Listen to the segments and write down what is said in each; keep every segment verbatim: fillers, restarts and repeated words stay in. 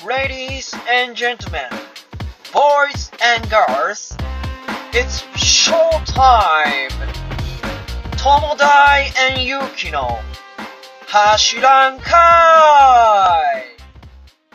Ladies and gentlemen, boys and girls, it's show time! 友大 and Yuki の走らんかい。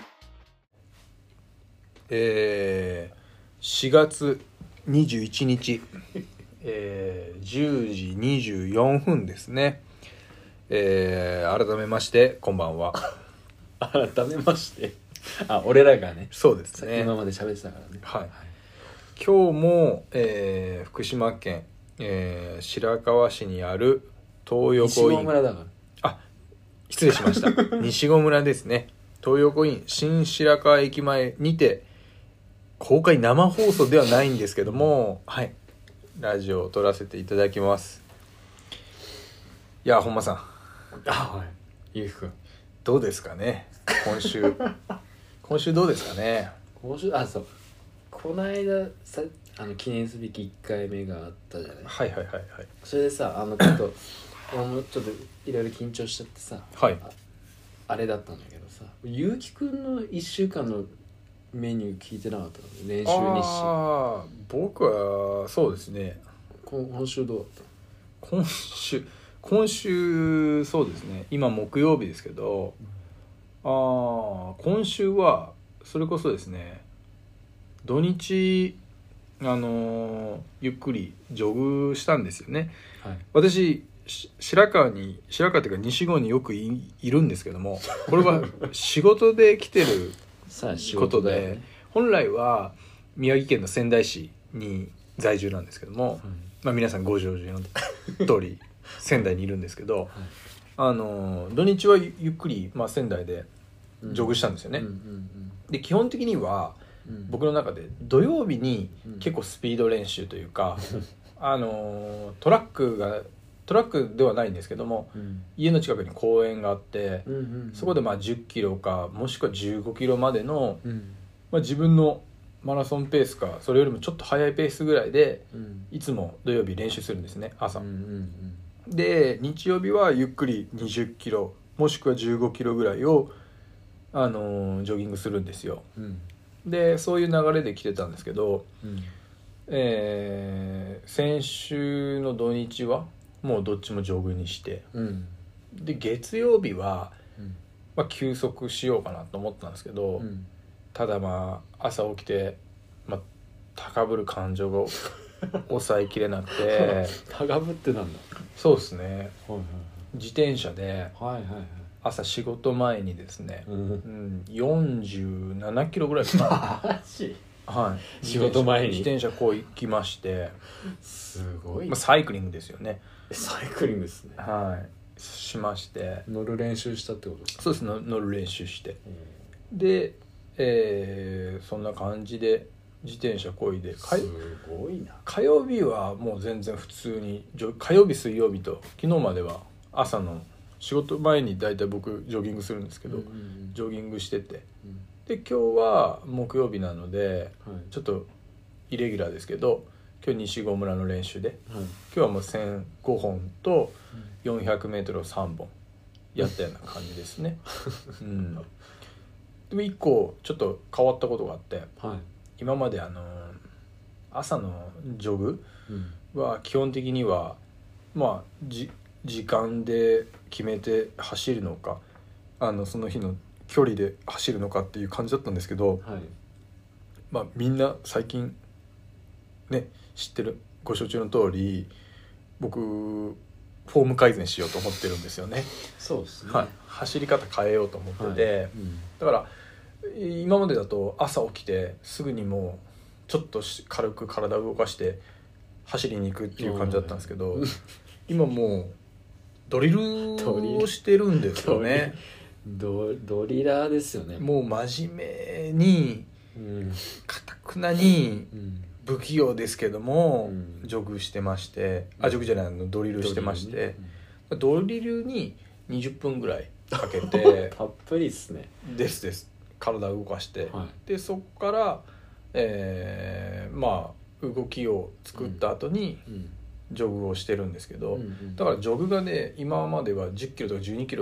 えー、しがつにじゅういちにち、えー、じゅうじにじゅうよんふんですね。えー、改めましてこんばんは。 改めましてあ、俺らがね、 そうですね、 今まで喋ってたからね。 はい、はい、今日も、えー、福島県、えー、白河市にある東横西イン、 郷村だから。 あ、失礼しました西郷村ですね。東横イン新白河駅前にて公開生放送ではないんですけども、はい、ラジオを撮らせていただきます。いや、本間さん、 あ、はい、ゆうきくんどうですかね、今週今週どうですかね。 今週、あ、そう、この間さ、あの記念すべきいっかいめがあったじゃない。 はいはいはいはい。 それでさ、あのちょっと俺もちょっといろいろ緊張しちゃってさ、 はいあ、あれだったんだけどさ、ゆうきくんのいっしゅうかんのメニュー聞いてなかったの、練習日誌。 ああ、僕はそうですね、 今今週どうだっ今週今週そうですね、今木曜日ですけど、ああ、今週はそれこそですね、土日あのー、ゆっくりジョグしたんですよね。 た？はい、 私白川に白川っていうか西郷によく い, いるんですけども、これは仕事で来てるさあ仕ことで、 事だよね。 本来は宮城県の仙台市に在住なんですけども、 はい、 まあ、皆さんご承知の通り仙台にいるんですけど、はい、あの土日はゆっくり、まあ、仙台でジョグしたんですよね、うんうんうん、で基本的には、うん、僕の中で土曜日に結構スピード練習というか、うん、あのトラックがトラックではないんですけども、うん、家の近くに公園があって、うんうんうん、そこでまあじゅっキロかもしくはじゅうごキロまでの、うん、まあ、自分のマラソンペースかそれよりもちょっと速いペースぐらいで、うん、いつも土曜日練習するんですね、朝、うんうんうん、で日曜日はゆっくりにじゅっキロもしくはじゅうごキロぐらいを、あのー、ジョギングするんですよ、うん、でそういう流れで来てたんですけど、うん、えー、先週の土日はもうどっちもジョグにして、うん、で月曜日は、うん、まあ、休息しようかなと思ったんですけど、うん、ただまあ朝起きて、まあ、高ぶる感情が抑えきれなくて高ぶってなんだ。 そうですね、はいはいはい、自転車で、はいはいはい、朝仕事前にですね、うんうん、よんじゅうななキロぐらいかなマジ、 はい、 仕事前に自転車こう行きまして、 すごい、 まあ、サイクリングですよね。 サイクリングですね。 はい、しまして、 乗る練習したってことですか？ そうです、乗る練習して、うん、で、えー、そんな感じで自転車こいで、 すごいな。 火曜日はもう全然普通に、火曜日水曜日と昨日までは朝の仕事前にだいたい僕ジョギングするんですけど、うんうんうん、ジョギングしてて、うん、で今日は木曜日なので、はい、ちょっとイレギュラーですけど今日西郷村の練習で、はい、今日はもうせんごほんとよんひゃくメートルをさんぼんやったような感じですね、うん、でもいっこちょっと変わったことがあって、はい、今まであの朝のジョグは基本的には、まあじ時間で決めて走るのか、あのその日の距離で走るのかっていう感じだったんですけど、はい、まあみんな最近ね知ってるご承知の通り僕フォーム改善しようと思ってるんですよね。 そうですね、 はい、走り方変えようと思ってて、はい、うん、だから今までだと朝起きてすぐにもうちょっと軽く体を動かして走りに行くっていう感じだったんですけど、うん、今もうドリルをしてるんですよね。 ド, ドリラーですよね。 もう真面目にかたくなに不器用ですけども、うん、ジョグしてまして、あ、ジョグじゃないのドリルしてまして、ドリルににじゅっぷんぐらいかけてたっぷりっすね。 ですです体を動かして、はい、でそこから、えー、まあ動きを作った後に、うんうん、ジョグをしてるんですけど、うんうん、だからジョグがね今まではじゅっキロとかじゅうにキロ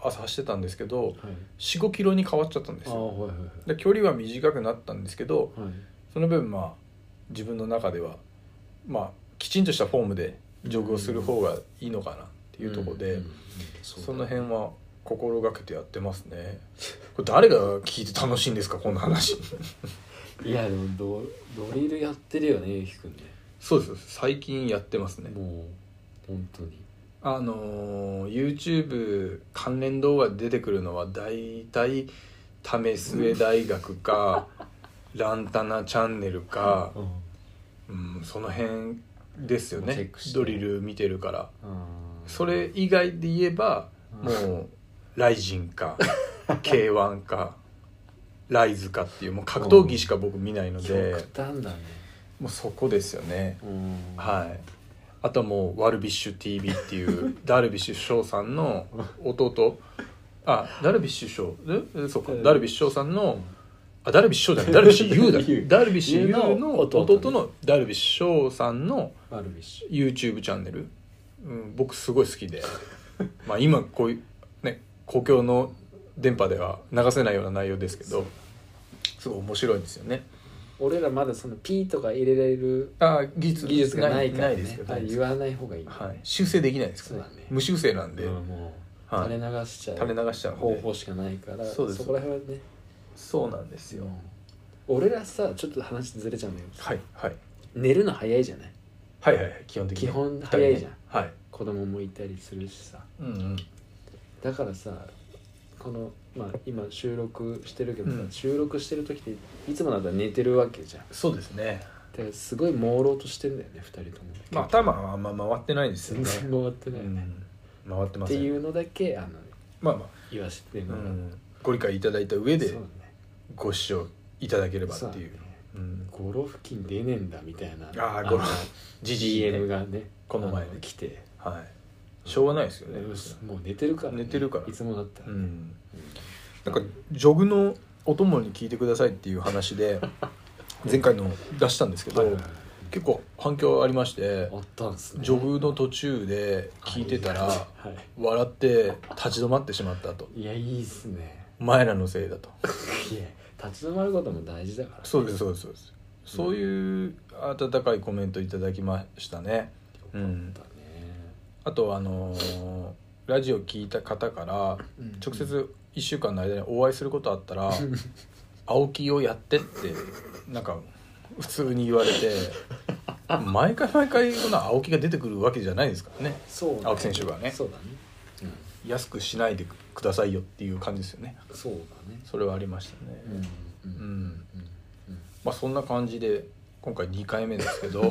朝走ってたんですけど、 はい、 よん、ごキロに変わっちゃったんですよ。 あ、はいはいはい、 で距離は短くなったんですけど、 はい、 その分まあ自分の中ではまあきちんとしたフォームでジョグをする方がいいのかなっていうところで、 うんうんうん、そ, その辺は心がけてやってますね。これ誰が聞いて楽しいんですかこんな話。 いやでもドドリルやってるよねゆうきくんね。 そうです、最近やってますね。 もう本当にあの YouTube 関連動画で出てくるのはだいたい為末大学かランタナチャンネルか、うん、その辺ですよね。ドリル見てるから。それ以外で言えばもうライジンかケーワン かライズかっていうもう格闘技しか僕見ないので、 極端だね。 もうそこですよね。 うん、 はい。あとはもうワルビッシュ ティーブイ っていうダルビッシュ翔さんの弟、あダルビッシュ翔えそうかダルビッシュ翔さんのあダルビッシュ翔じゃないダルビッシュ ユー だダルビッシュ ユー の弟のダルビッシュ翔さんの YouTube チャンネル、うん、僕すごい好きでまあ今こういうね公共の電波では流せないような内容ですけどすごい面白いんですよね。 俺らまだその P とか入れられるあ技術技術がないから、ね、 ないですけど、 あ言わない方がいい、ね、 はい、修正できないですから、ねね、 無修正なんで、 うん、もうはい、 垂れ流しちゃう垂れ流しちゃう方法しかないから、 そうです、 そこら辺はね。 そうなんですよ、 うん、俺らさちょっと話ずれちゃうんだけど、 はいはい、 寝るの早いじゃない。 はいはいはい、基本的に基本早いじゃん、 ね、はい、 子供もいたりするしさ、 うんうん、 だからさこのまあ今収録してるけどさ、 うん、 収録してる時っていつもだったら寝てるわけじゃん。 そうですね。 だからすごい朦朧としてるんだよねふたりとも。 まあ頭はあんま回ってないですよね。 全然回ってないよね、 うん、回ってませんっていうのだけあのまあまあ言わせてもらう、 うん、ご理解いただいた上でそう、ね、 ご視聴いただければっていう、 そうね、 うん、 ゴロ付近出ねえんだみたいなああゴロジジイ ディーエム がねこの前ね来て、 はい、しょうがないですよね、 もう寝てるから、ね、 寝てるからいつもだったら、ね、うん、 なんかジョグのお供に聞いてくださいっていう話で前回の出したんですけど、はいはいはい、結構反響ありまして、 あったんですね、 ジョグの途中で聞いてたら、はいはい、笑って立ち止まってしまったと。 いやいいっすね、 前らのせいだと。 いや立ち止まることも大事だから、ね、 そうですそうですそうです、うん、そういう温かいコメントいただきましたね。うん、あとあのー、ラジオ聞いた方から直接いっしゅうかんの間にお会いすることあったら青木をやってってなんか普通に言われて毎回毎回この青木が出てくるわけじゃないですからね。 そうね、 青木選手がね、 そうだね、 うん、安くしないでくださいよっていう感じですよね。 そうだね、 それはありましたね。うん、うんうん、まあそんな感じで今回にかいめですけど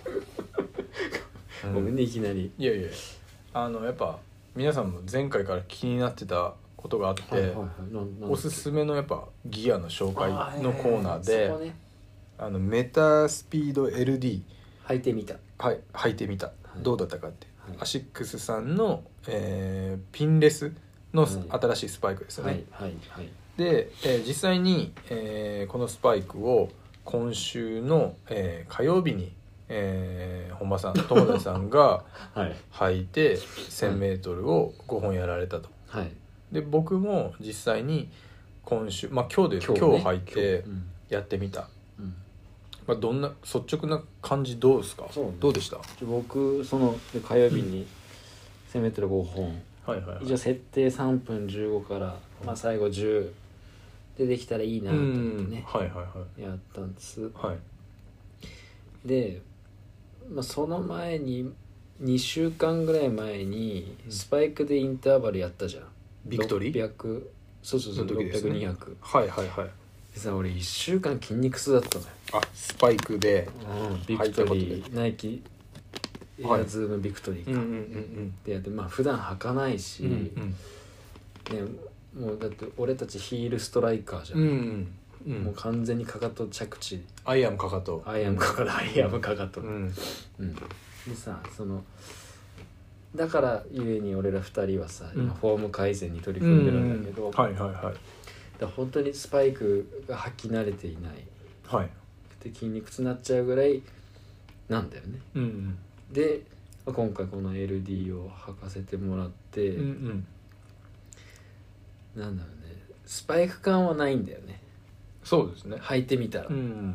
ごめんねいきなり。 いやいやあのやっぱ皆さんも前回から気になってたことがあって、はいはいはい、おすすめのやっぱギアの紹介のコーナーで、あ、ね、あのメタスピード エルディー履いてみた、 はい、履いてみた、はい、どうだったかって、はい、アシックスさんの、えー、ピンレスの新しいスパイクですよね、 はいはいはい、 で、えー、実際に、えー、このスパイクを今週の、えー、火曜日に、えー、本間さん友田さんが履いて せんメートル をごほんやられたと、はい、で僕も実際に今週まあ今日で今日,、ね、今日履いてやってみた、うんまあ、どんな率直な感じどうですか、ね、どうでした？ 僕その火曜日に せんメートルごほん、はいはいはい、一応設定さんぷんじゅうごから、まあ、最後じゅうでできたらいいなと思ってね、はいはいはい、やったんです、はい、で、まあ、その前ににしゅうかんぐらい前にスパイクでインターバルやったじゃん、 ビクトリーろっぴゃくそうそうそう、ね、ろっぴゃく、にひゃく、 はいはいはい、 でさ俺いっしゅうかん筋肉痛だったのよ。 あスパイクで、 うん、ビクトリーナイキエアズームビクトリーか、はい、うんうんうん、でやってまあ普段履かないし、うんうん、ね、もうだって俺たちヒールストライカーじゃん、うんうん、もう完全にかかと着地、 アイアムかかとアイアムかかとアイアムかかと、うんうん、でさそのだからゆえに俺らふたりはさ、うん、今フォーム改善に取り組んでるんだけど、うんうん、はいはいはい、だ本当にスパイクが履き慣れていない、はい、で筋肉痛になっちゃうぐらいなんだよね、うんうん、で今回この エルディー を履かせてもらって、うんうん、 なんだろうねスパイク感はないんだよね。 そうですね履いてみたら、 うん、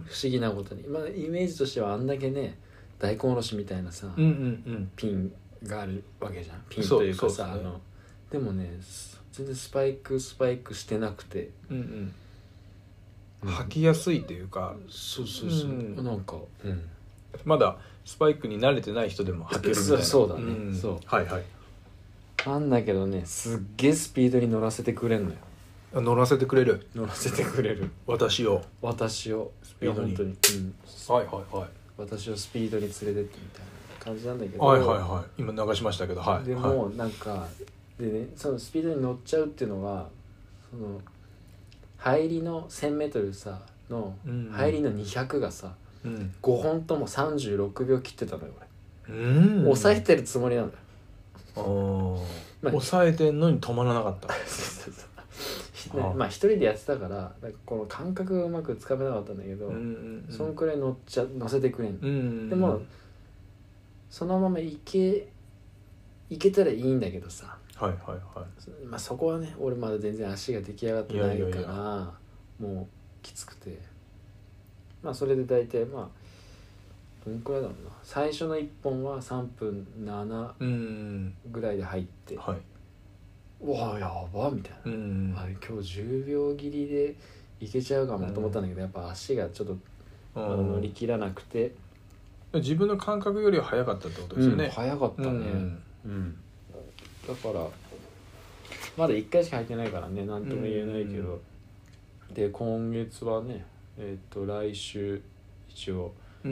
不思議なことに、まあ、イメージとしてはあんだけね大根おろしみたいなさ、 うんうんうん、 ピンがあるわけじゃん。ピンというかさ、 そうそうですね、 あのでもね全然スパイクスパイクしてなくて、 うんうん、履きやすいというか、 そうそうそう、うん、なんか、うん、 まだスパイクに慣れてない人でも履けるみたいな。 そう、そうだね、 うん、 そうはいはい。 なんだけどねすっげえスピードに乗らせてくれんのよ。 乗らせてくれる乗らせてくれる私を私をスピードに、 本当に、うん、 はいはいはい、 私をスピードに連れてってみたいな感じなんだけど、 はいはいはい、今流しましたけど、はい、 でもなんかでねそのスピードに乗っちゃうっていうのはその入りの せんメートル さの、うん、入りのにひゃくがさ、うん、ごほんともさんじゅうろくびょう切ってたのよ俺、うん、抑えてるつもりなんだよ。 あ、まあ、抑えてんのに止まらなかったそうそうそうね、まあ一人でやってたからなんかこの感覚がうまくつかめなかったんだけど、うんうんうん、そんくらい乗っちゃ乗せてくれんの、うんうんうん、でもそのままいけいけたらいいんだけどさ、 はいはいはい、 まあ、そこはね俺まだ全然足が出来上がってないから、いやいやいやもうきつくて、まあそれで大体まあどんくらいだろうな、最初のいっぽんはさんぷんななぐらいで入って、はい、うわやばみたいな、うん、あ今日じゅうびょう切りでいけちゃうかもと思ったんだけど、うん、やっぱ足がちょっと、うん、乗り切らなくて、 自分の感覚よりは早かったってことですよね、うん、 早かったね、うんうん、だからまだいっかいしか入ってないからね何とも言えないけど、うん、で今月はねえっと来週一応、うん、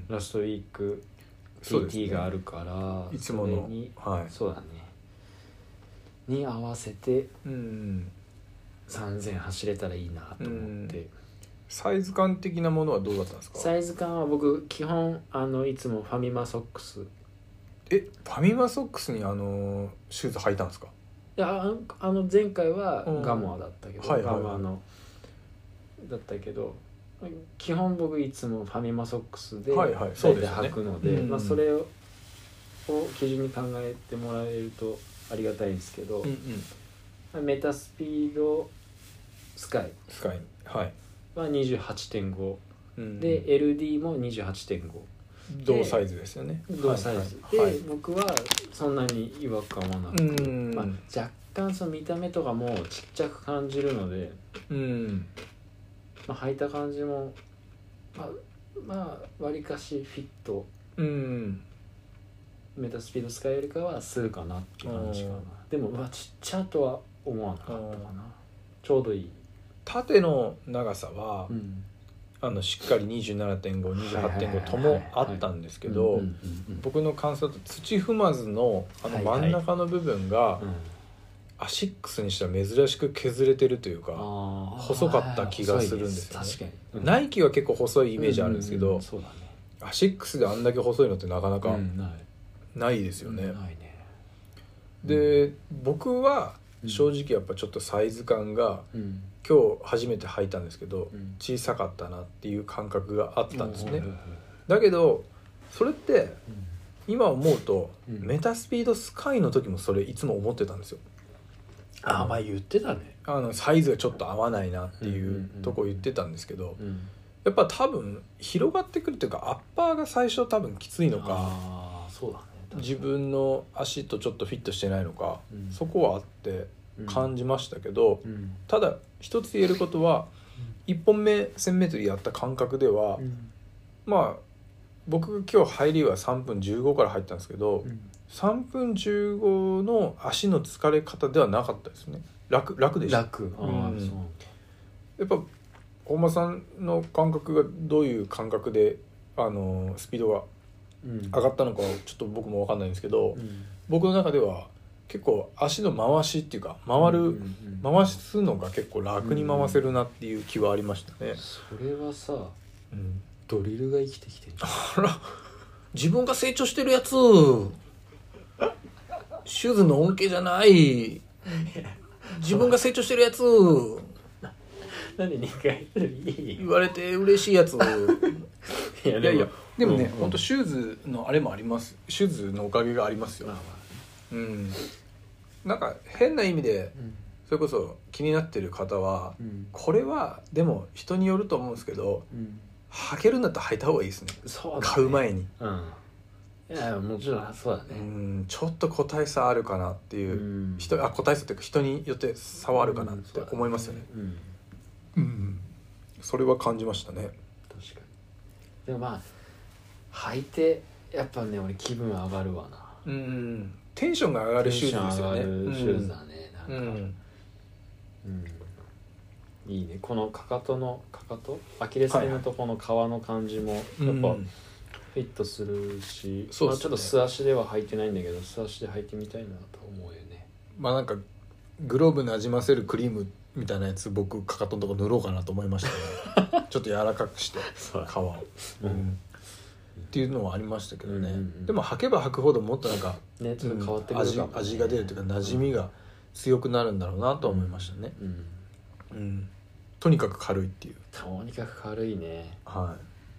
ラストウィーク ティーティー があるから、 いつもの、 はい、そうだねに合わせて、うん、さんぜん走れたらいいなと思って、うん、 サイズ感的なものはどうだったんですか？ サイズ感は僕基本あのいつもファミマソックス。 えファミマソックスにあのシューズ履いたんですか？ いやあの前回はガモアだったけど、うんはいはいはい、ガモアのだったけど基本僕いつもファミマソックスで大体履くので、はいはい そ, で、ねまあ、それを基準に考えてもらえるとありがたいんですけど、うんうん、メタスピードスカイスカイはいは にじゅうはちてんご、うん、で エルディー も にじゅうはちてんご同サイズですよね。 同サイズ、はいはい、で、はい、僕はそんなに違和感はなく、うんまあ、若干その見た目とかもちっちゃく感じるので、うんまあ、履いた感じもまあまあわりかしフィット、うん、メタスピードスカイよりかはするかなっていう感じかな。でもうわちっちゃとは思わなかったかな。ちょうどいい。 縦の長さは、うん、あのしっかり にじゅうななてんご、にじゅうはちてんご ともあったんですけど、僕の感想だと土踏まずのあの真ん中の部分が、はいはいうん、アシックスにしたら珍しく削れてるというか細かった気がするんですよね。確かに、うん、ナイキは結構細いイメージあるんですけど、うんうんうんそうだね、アシックスであんだけ細いのってなかなかないですよね。うん、ないね。で、うん、僕は正直やっぱちょっとサイズ感が、うん、今日初めて履いたんですけど、うん、小さかったなっていう感覚があったんですね。うん、だけどそれって今思うと、うん、メタスピードスカイの時もそれいつも思ってたんですよ。 ああまあ言ってたね。 あのサイズがちょっと合わないなっていうとこ言ってたんですけど、うんうんうん、やっぱ多分広がってくるというかアッパーが最初多分きついのか、 あそうだね、 自分の足とちょっとフィットしてないのか、うん、そこはあって感じましたけど、うんうん、ただ一つ言えることは、うん、いっぽんめ せんメートル やった感覚では、うん、まあ僕今日入りはさんぷんじゅうごから入ったんですけど、うん、さんぷんじゅうごの足の疲れ方ではなかったですね。楽楽でした。 楽。あ、うん、そう。 やっぱ本間さんの感覚がどういう感覚であのスピードが上がったのかちょっと僕も分かんないんですけど、うん、僕の中では結構足の回しっていうか回る、うんうんうん、回すのが結構楽に回せるなっていう気はありましたね。 それはさ、うん、ドリルが生きてきてる。 あら、自分が成長してるやつシューズの恩恵じゃない自分が成長してるやつ何にかい言われて嬉しいやついやいやいやでもね、うんうん、ほんとシューズのあれもあります。シューズのおかげがありますよ、うん、なんか変な意味でそれこそ気になってる方は、 うん、 これはでも人によると思うんですけど、 うん、 履けるんだったら履いた方がいいですね。 そうだね、 買う前に、 うん、いやもちろんそうだね。 うんちょっと個体差あるかなっていう、うん、人あ個体差っていうか人によって差はあるかなって思いますよね。うん、うん、それは感じましたね。 確かに。でもまあ履いてやっぱね俺気分上がるわな。 うん、テンションが上がるシューズですよね。 テンション上がるシューズだね、うん、なんか、うんうん、いいね。このかかとのかかとアキレス腱のとこの皮の感じもやっぱ、はいはい、フィットするし、うんまあ、ちょっと素足では履いてないんだけど素足で履いてみたいなと思うよね。 まあなんかグローブなじませるクリームみたいなやつ僕かかとのとこ塗ろうかなと思いましたねちょっと柔らかくして皮を、うん、っていうのはありましたけどね、うんうんうん、でも履けば履くほどもっとなんか、 ね、ちょっと変わってくるかもね、 味、味が出るというか馴染みが強くなるんだろうなと思いましたね、うんうんうん、とにかく軽いっていう。 とにかく軽いね、 はい、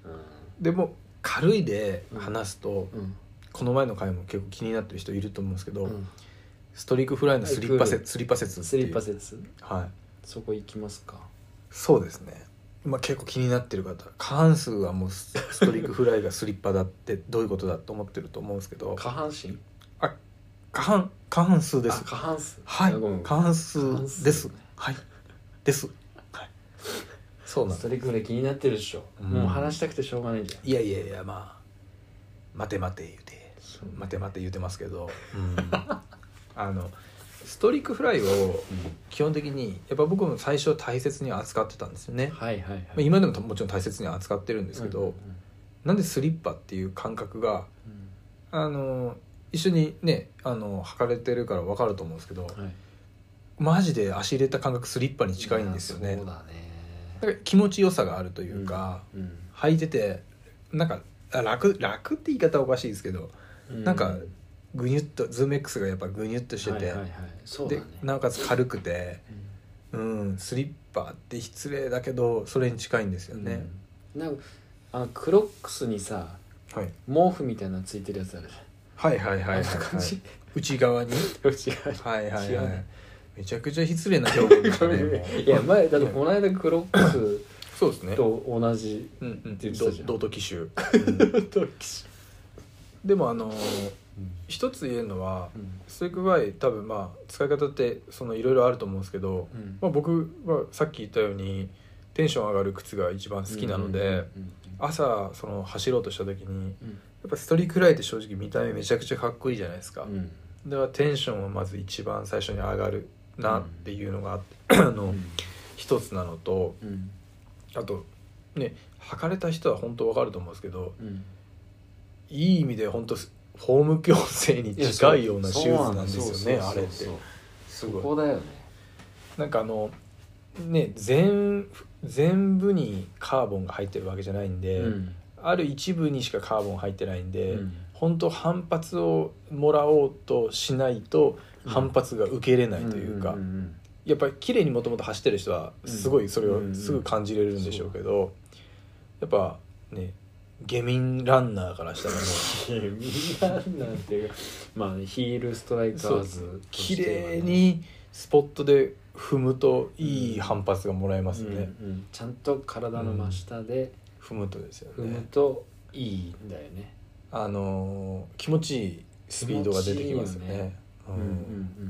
うん、でも軽いで話すと、うんうん、この前の回も結構気になってる人いると思うんですけど、うん、ストリークフライのスリッパ説スリッパ説スリッパ説、 はい、 そこ行きますか。 そうですね、まあ、結構気になってる方過半数はもうストリークフライがスリッパだってどういうことだと思ってると思うんですけど下半身あ過半過半数です。 過半数はい過半数です、ね、はいです、はい、そうなんです。 ストリークフライ気になってるでしょ、うん、もう話したくてしょうがないじゃん。 いやいやいやまあ待て待て言うて待て待て言うてますけど、うん、あのストリークフライを基本的にやっぱ僕も最初大切に扱ってたんですよね、 はいはいはい、 まあ、今でももちろん大切に扱ってるんですけど、うんうんうん、なんでスリッパっていう感覚が、うん、あの一緒にねあの履かれてるから分かると思うんですけど、はい、マジで足入れた感覚スリッパに近いんですよね。 そうだね。 だから気持ちよさがあるというか、うんうん、履いててなんか楽楽って言い方はおかしいですけど、うん、なんかグニュッとズーム X がやっぱグニュッとしてて、はいはいはい、そうだね、でなおかつ軽くて、うんうん、スリッパって失礼だけどそれに近いんですよね、 うん、なんかあのクロックスにさ、はい、毛布みたいなのついてるやつあるじゃん。はいはいはいはい、はい、内側に内側にはいはいはい、ね、めちゃくちゃ失礼な表現でしたねいや前だってこの間クロックスそうですねと同じって言ってたじゃん、 ドート機種、うん、 ドート機種でもあのーうん、一つ言えるのは、うん、ストリークフライ多分まあ使い方ってそのいろいろあると思うんですけど、うんまあ、僕はさっき言ったようにテンション上がる靴が一番好きなので、朝その走ろうとした時に、うん、やっぱストリークフライって正直見た目めちゃくちゃかっこいいじゃないですか、うん、だからテンションはまず一番最初に上がるなっていうのがあって、うん、あの、うん、一つなのと、うん、あとね履かれた人は本当わかると思うんですけど、うん、いい意味で本当ホーム矯正に近いようなシューズなんですよね。あれってすごい。 そこだよね。 なんかあのね 全, 全部にカーボンが入ってるわけじゃないんで、うん、ある一部にしかカーボン入ってないんで、うん、本当反発をもらおうとしないと反発が受けれないというか、やっぱり綺麗にもともと走ってる人はすごいそれをすぐ感じれるんでしょうけど、やっぱねゲミンランナーからしたらもうゲミンランナーっていうかまあヒールストライカーズと綺麗にスポットで踏むといい反発がもらえますね、うんうん、 ちゃんと体の真下で、 うん、踏むとですよね。 踏むといいんだよね。 あのー、気持ちいいスピードが出てきますよね。うんうんうん、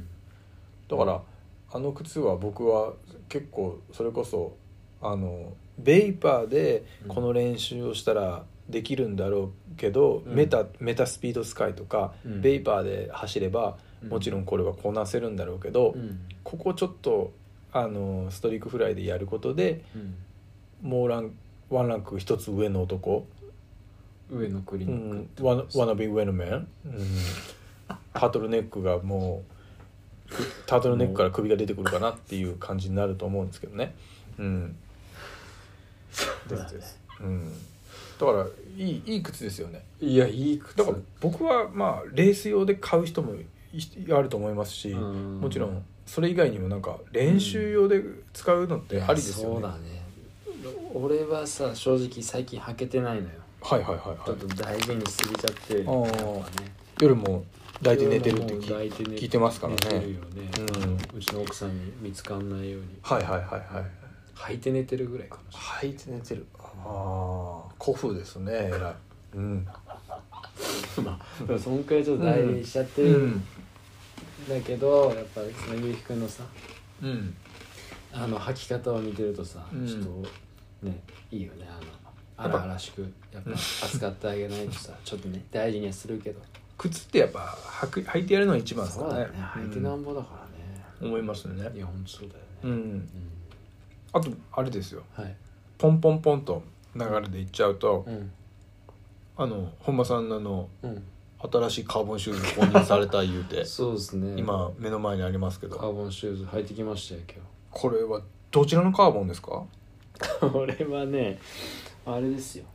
だからあの靴は僕は結構それこそあのベイパーでこの練習をしたらできるんだろうけど、うん、メタメタスピードスカイとか、うん、ベイパーで走ればもちろんこれはこなせるんだろうけど、うん、ここちょっとあのストリークフライでやることで、うん、もうランワンランク一つ上の男上のクリニック、 うん、ワナビーウェルメン、うん、タートルネックがもうタートルネックから首が出てくるかなっていう感じになると思うんですけどね、うん、ですです、うん、だからいい、いい靴ですよね。 いやいい靴だから僕はまあレース用で買う人もあると思いますし、もちろんそれ以外にもなんか練習用で使うのってありですよね、 うん、そうだね。俺はさ正直最近履けてないのよ。 はいはいはいはい。 ちょっと大事にしすぎちゃって、ね、 夜も抱いて寝てるって聞いてますからね。 寝てるよね、うん、うちの奥さんに見つかんないように。 はいはいはいはい。 履いて寝てるぐらいかもしれない。履いて寝てる。ああ、古風ですね。えらい。うん。 まあそんくらいちょっと大事にしちゃってる、うん、だけどやっぱりそのゆうひくんのさ、うん、あの履き方を見てるとさ、うん、ちょっとねいいよね。あの荒々しくやっぱ扱ってあげないとさちょっとね大事にはするけど靴ってやっぱ履く履いてやるのが一番ですからね。 そうだね、履いてなんぼだからね、 うん、思いますね。 いやほんとそうだよね、 うんうん、あとあれですよ、はい、ポンポンポンと流れでいっちゃうと、うん、あの本間さんのあの、うん、新しいカーボンシューズ購入された言うてそうですね、 今目の前にありますけどカーボンシューズ履いてきましたよ今日。 これはどちらのカーボンですか？ これはねあれですよ、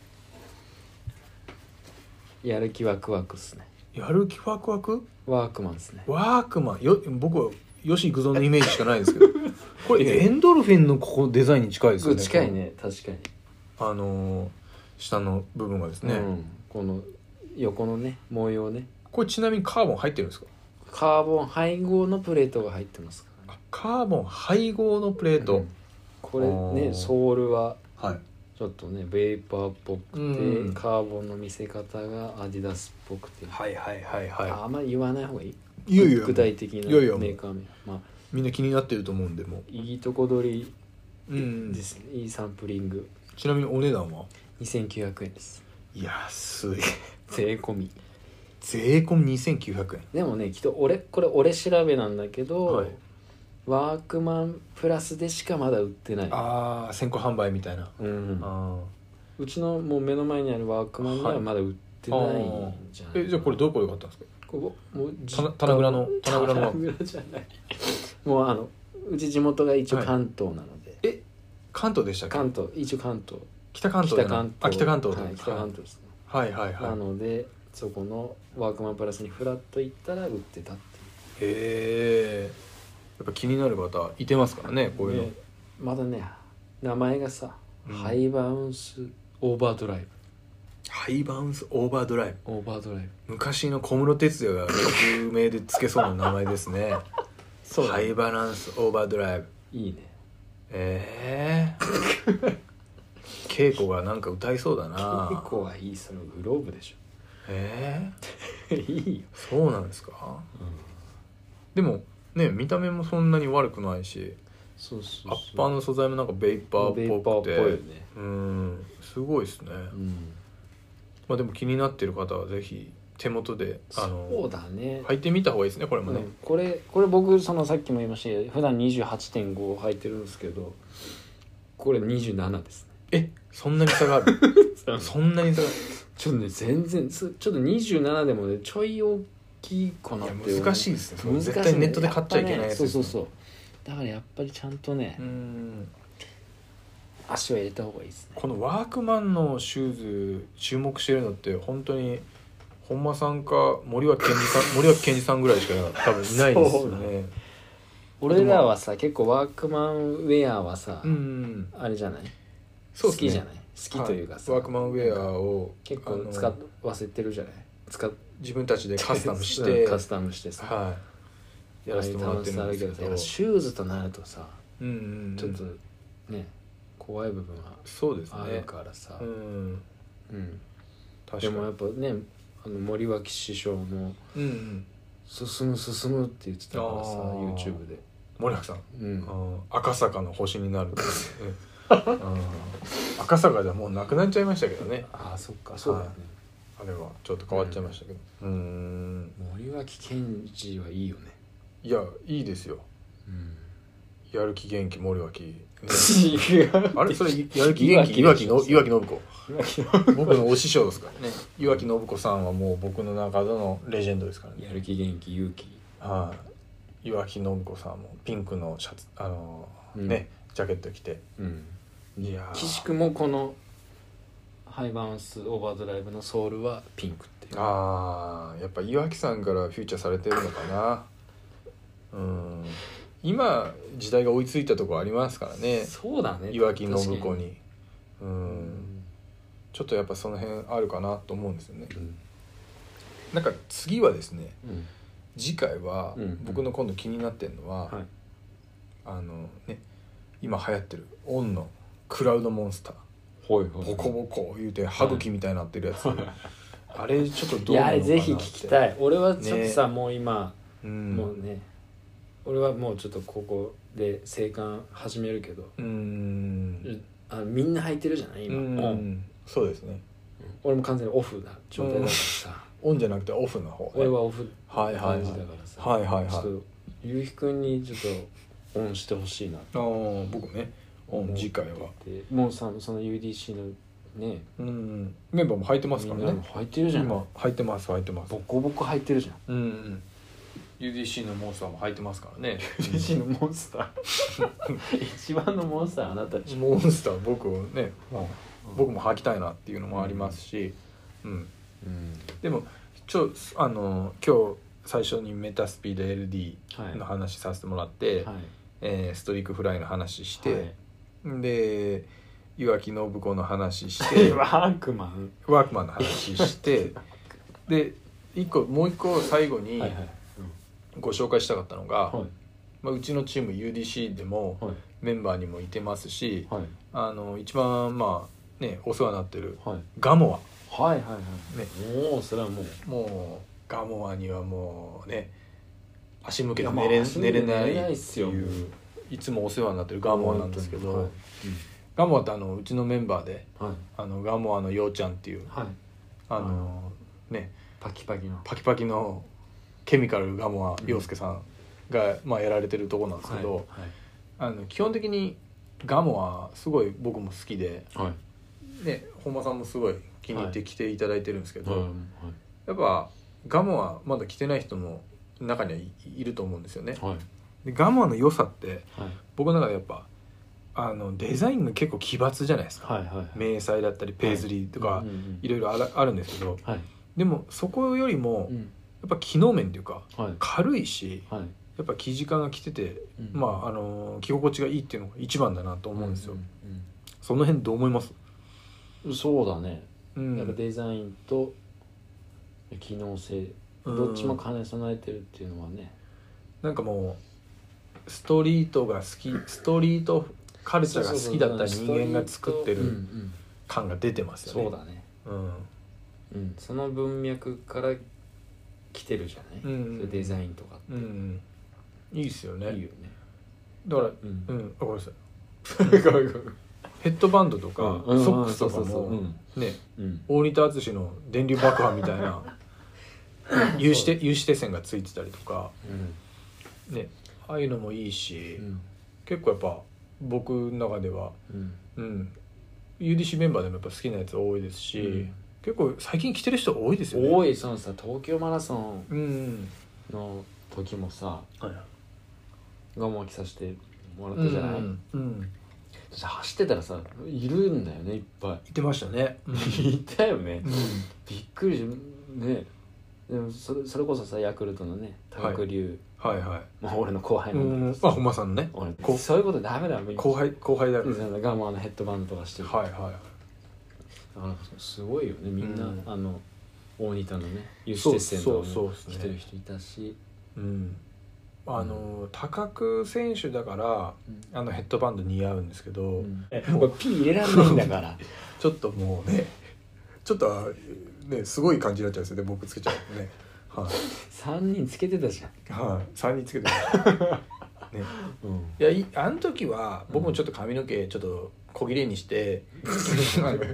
やる気ワクワクっすね。 やる気ワクワク？ ワークマンですね。 ワークマンよ、僕は吉幾三のイメージしかないですけどこれエンドルフィンのここデザインに近いですよね。 近いね、確かに。 あのー、下の部分がですね、うん、 この横のね模様ね。 これちなみにカーボン入ってるんですか？ カーボン配合のプレートが入ってますからね。 カーボン配合のプレート、うん、 これねソールはちょっとねベーパーっぽくて、うん、カーボンの見せ方がアディダスっぽくて、 はいはいはいはい、 あんまり言わない方がいい。 いやいや具体的なメーカー名、まあ、 みんな気になってると思うんで、もういいとこ取りですね、うん、いいサンプリング。 ちなみにお値段はにせんきゅうひゃくえんです。 安い。 税込み税込みにせんきゅうひゃくえん。 でもねきっと俺これ俺調べなんだけど、はい、ワークマンプラスでしかまだ売ってない。 ああ、先行販売みたいな、うん、 あうちのもう目の前にあるワークマンにはまだ売ってないんじゃない、 はい、えじゃあこれどこで買ったんですか？ ここもう棚倉の棚倉の棚倉じゃないもうあのうち地元が一応関東なので、 はい、え関東でしたっけ？ 関東、一応関東、 北関東北関東、 あ北関東、 はい、北関東ですね、 はいはいはい。 なのでそこのワークマンプラスにフラッと行ったら売ってたっていう。へえ、やっぱ気になる方いてますからね、こういうの、ね、 まだね名前がさ、うん、ハイバウンスオーバードライブ、 ハイバウンスオーバードライブ、 オーバードライブ、 昔の小室哲哉が有名でつけそうな名前ですねそう、ハイバランスオーバードライブ、 いいね。 ええー、稽古がなんか歌いそうだな。 稽古はいい、そのグローブでしょ。 ええー、いいよ。 そうなんですか、うん、でもね見た目もそんなに悪くないし、 そうそうそう、 アッパーの素材もなんかベイパーっぽくて、ベイパーっぽいよね、 うん、すごいですね、うん、まあでも気になってる方はぜひ手元であのそうだね履いてみた方がいいですね、これもね、うん、 これこれ僕そのさっきも言いましたけど普段 にじゅうはちてんご 履いてるんですけど、これにじゅうななですね。 え、そんなに差があるそんなに差がある。 ちょっとね全然ちょっとにじゅうななでもねちょい大きいかなって。 難しいですね、絶対ネットで買っちゃいけないやつです、ね、 そうそうそう、だからやっぱりちゃんとね、うん、足を入れた方がいいですね。 このワークマンのシューズ注目してるのって本当に本間さんか森脇健児さん森脇健児さんぐらいしか多分いないですよね俺らはさ結構ワークマンウェアはさ、うんうん、あれじゃない、 そうですね、 好きじゃない、好きというかさ、 はい、ワークマンウェアを結構使わせてるじゃない、使自分たちでカスタムしてカスタムしてさ、 はい、やらせてもらってるんですけど、けどシューズとなるとさ、 うんうんうん、 ちょっとね怖い部分はあるからさ、う、ね、うんうん、確かに。でもやっぱねあの森脇師匠も、うんうん、進む進むって言ってたからさ YouTube で森脇さん、うん、赤坂の星になる赤坂じゃもうなくなっちゃいましたけどね。 ああそっか、そうだね、 あれはちょっと変わっちゃいましたけど、うん、うーん、 森脇健児はいいよね。 いやいいですよ、うん、やる気元気森脇、ね、あれそれやる気元気岩木の岩木信子僕のお師匠ですからね。岩木信子さんはもう僕の中でのレジェンドですからね。 やる気元気勇気、 はい、岩木信子さんもピンクのシャツあのーうん、ねジャケット着て、うん、いや岸君もこのハイバウンスオーバードライブのソールはピンクっていう。 ああやっぱ岩木さんからフューチャーされてるのかなうん、今時代が追いついたところありますからね。 そうだね、 岩木信子に、うん、うん、ちょっとやっぱその辺あるかなと思うんですよね、うん、 なんか次はですね、 うん、 次回は僕の今度気になってるのは、 はい、 あのね今流行ってるオンのクラウドモンスター、 ほいほいボコボコ言うて歯茎みたいになってるやつ、はい、あれちょっとどうなのかなって。 いやあれぜひ聞きたい。俺はちょっとさ、ね、もう今、 うん、 もうね俺はもうちょっとここで生還始めるけど、 うーんあみんな履いてるじゃない今、 うんオン。 そうですね、 俺も完全にオフな状態だからさ、 オンじゃなくてオフの方、ね、 俺はオフはいはいはい感じだからさ、 はいはいはい、 ちょっとゆうひくんにちょっとオンしてほしいな。ああ僕ねオン次回はもうさその ユーディーシー のね、 うん、メンバーも履いてますからね。 みんな履いてるじゃん。 今履いてます履いてます。 ボコボコ履いてるじゃん。 うん、うん、ユーディーシー のモンスターも履いてますからね。 ユーディーシー のモンスター一番のモンスターあなたでしょ。 モンスター僕をね、まあ、僕も履きたいなっていうのもありますし、うん、うん、でもちょあの今日最初にメタスピード エルディー の話させてもらって、はい、えー、ストリークフライの話して、はい、で岩木信子の話してワークマンワークマンの話してで一個もう一個最後にご紹介したかったのが、はい、まあ、うちのチーム ユーディーシー でもメンバーにもいてますし、はい、あの一番まあねお世話になってるガモア、はいはいはい、ね、もうそれはもうもうガモアにはもうね足向けて寝れ、寝れないっていういつもお世話になってるガモアなんですけど、はい、うん、ガモアってあのうちのメンバーで、はい、あのガモアのようちゃんっていう、はい、あのねパキパキのパキパキのケミカルガモア陽介さんが、まあ、やられてるとこなんですけど、はいはい、あの基本的にガモアすごい僕も好きで、はい、ね、本間さんもすごい気に入って来ていただいてるんですけど、はいはい、やっぱガモアまだ着てない人も中にはいると思うんですよね、はい、でガモアの良さって、はい、僕の中でやっぱあのデザインが結構奇抜じゃないですか、はいはいはい、迷彩だったりペイズリーとか、はい、いろいろある、あるんですけど、はい、でもそこよりも、うん、やっぱ機能面っていうか、はい、軽いし、はい、やっぱ生地感が着てて、うん、まああの着心地がいいっていうのが一番だなと思うんですよ、うんうんうん、その辺どう思います？ そうだね、うん、やっぱデザインと機能性どっちも兼ね備えてるっていうのはね、 なんかもうストリートが好きストリートカルチャーが好きだった人間が作ってる感が出てますよね。 そうだね、うんうん、その文脈から来てるじゃない、うんうん、デザインとかって、うん、 いいっすよね。 いいよね。 だから、うんうん、あ、ごめんなさいヘッドバンドとか、うん、ソックスとかもね、うん、大仁田敦の電流爆破みたいな有刺鉄、有刺鉄線がついてたりとか、うん、ね、ああいうのもいいし、うん、結構やっぱ僕の中では、うんうん、ユーディーシー メンバーでもやっぱ好きなやつ多いですし、うん、結構最近着てる人多いですよね。 多い。そのさ東京マラソンの時もさ、うん、ガモア着させてもらったじゃない、うんうん、走ってたらさいるんだよね、いっぱいいてましたね、 うん、いたよね、うん、びっくりしね。でもそれ、それこそさヤクルトのね高久龍、はい、はいはいまあ俺の後輩なんだけど、 あ本間さんのね、 俺そういうことダメだよ、 後輩後輩だからガモアのヘッドバンドとかしてる、 はいはい、 だからすごいよねみんな、うん、あの大仁田のね有刺鉄線とかも着てる人いたし、 うん、あの高久選手だから、うん、あのヘッドバンド似合うんですけど、うん、 えもう P 入れられないんだからちょっともうねちょっとねすごい感じになっちゃうんですよね、僕つけちゃうとね、はい、 さんにんつけてたじゃん、はい、さんにんつけてたね、うん、いやいあの時は僕もちょっと髪の毛ちょっと小切れにして、うん、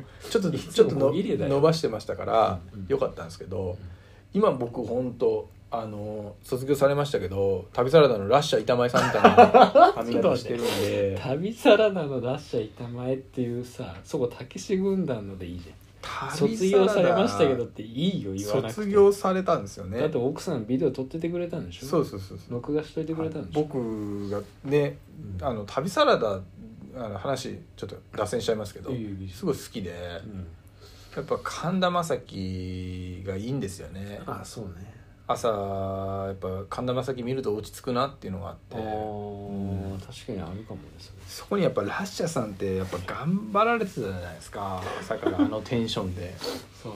ちょっとちょっとの伸ばしてましたから、うん、よかったんですけど、うん、今僕本当あの卒業されましたけど旅サラダのラッシャー板前さんみたいな髪型してるんで旅サラダのラッシャー板前っていうさ、そこたけし軍団のでいいじゃん。卒業されましたけどっていいよ言わなくて。 卒業されたんですよね。 だって奥さんビデオ撮っててくれたんでしょ。 そうそうそうそう、 録画しといてくれたんでしょ、 はい、僕がね、うん、あの旅サラダあの話ちょっと脱線しちゃいますけど、いいいいすごい好きで、うん、やっぱ神田正輝がいいんですよね。 ああそうね。 朝やっぱ神田正輝見ると落ち着くなっていうのがあって、あ、 うん、確かにあるかもですね。 そこにやっぱラッシャーさんってやっぱ頑張られてたじゃないですか、朝からあのテンションでそうだね。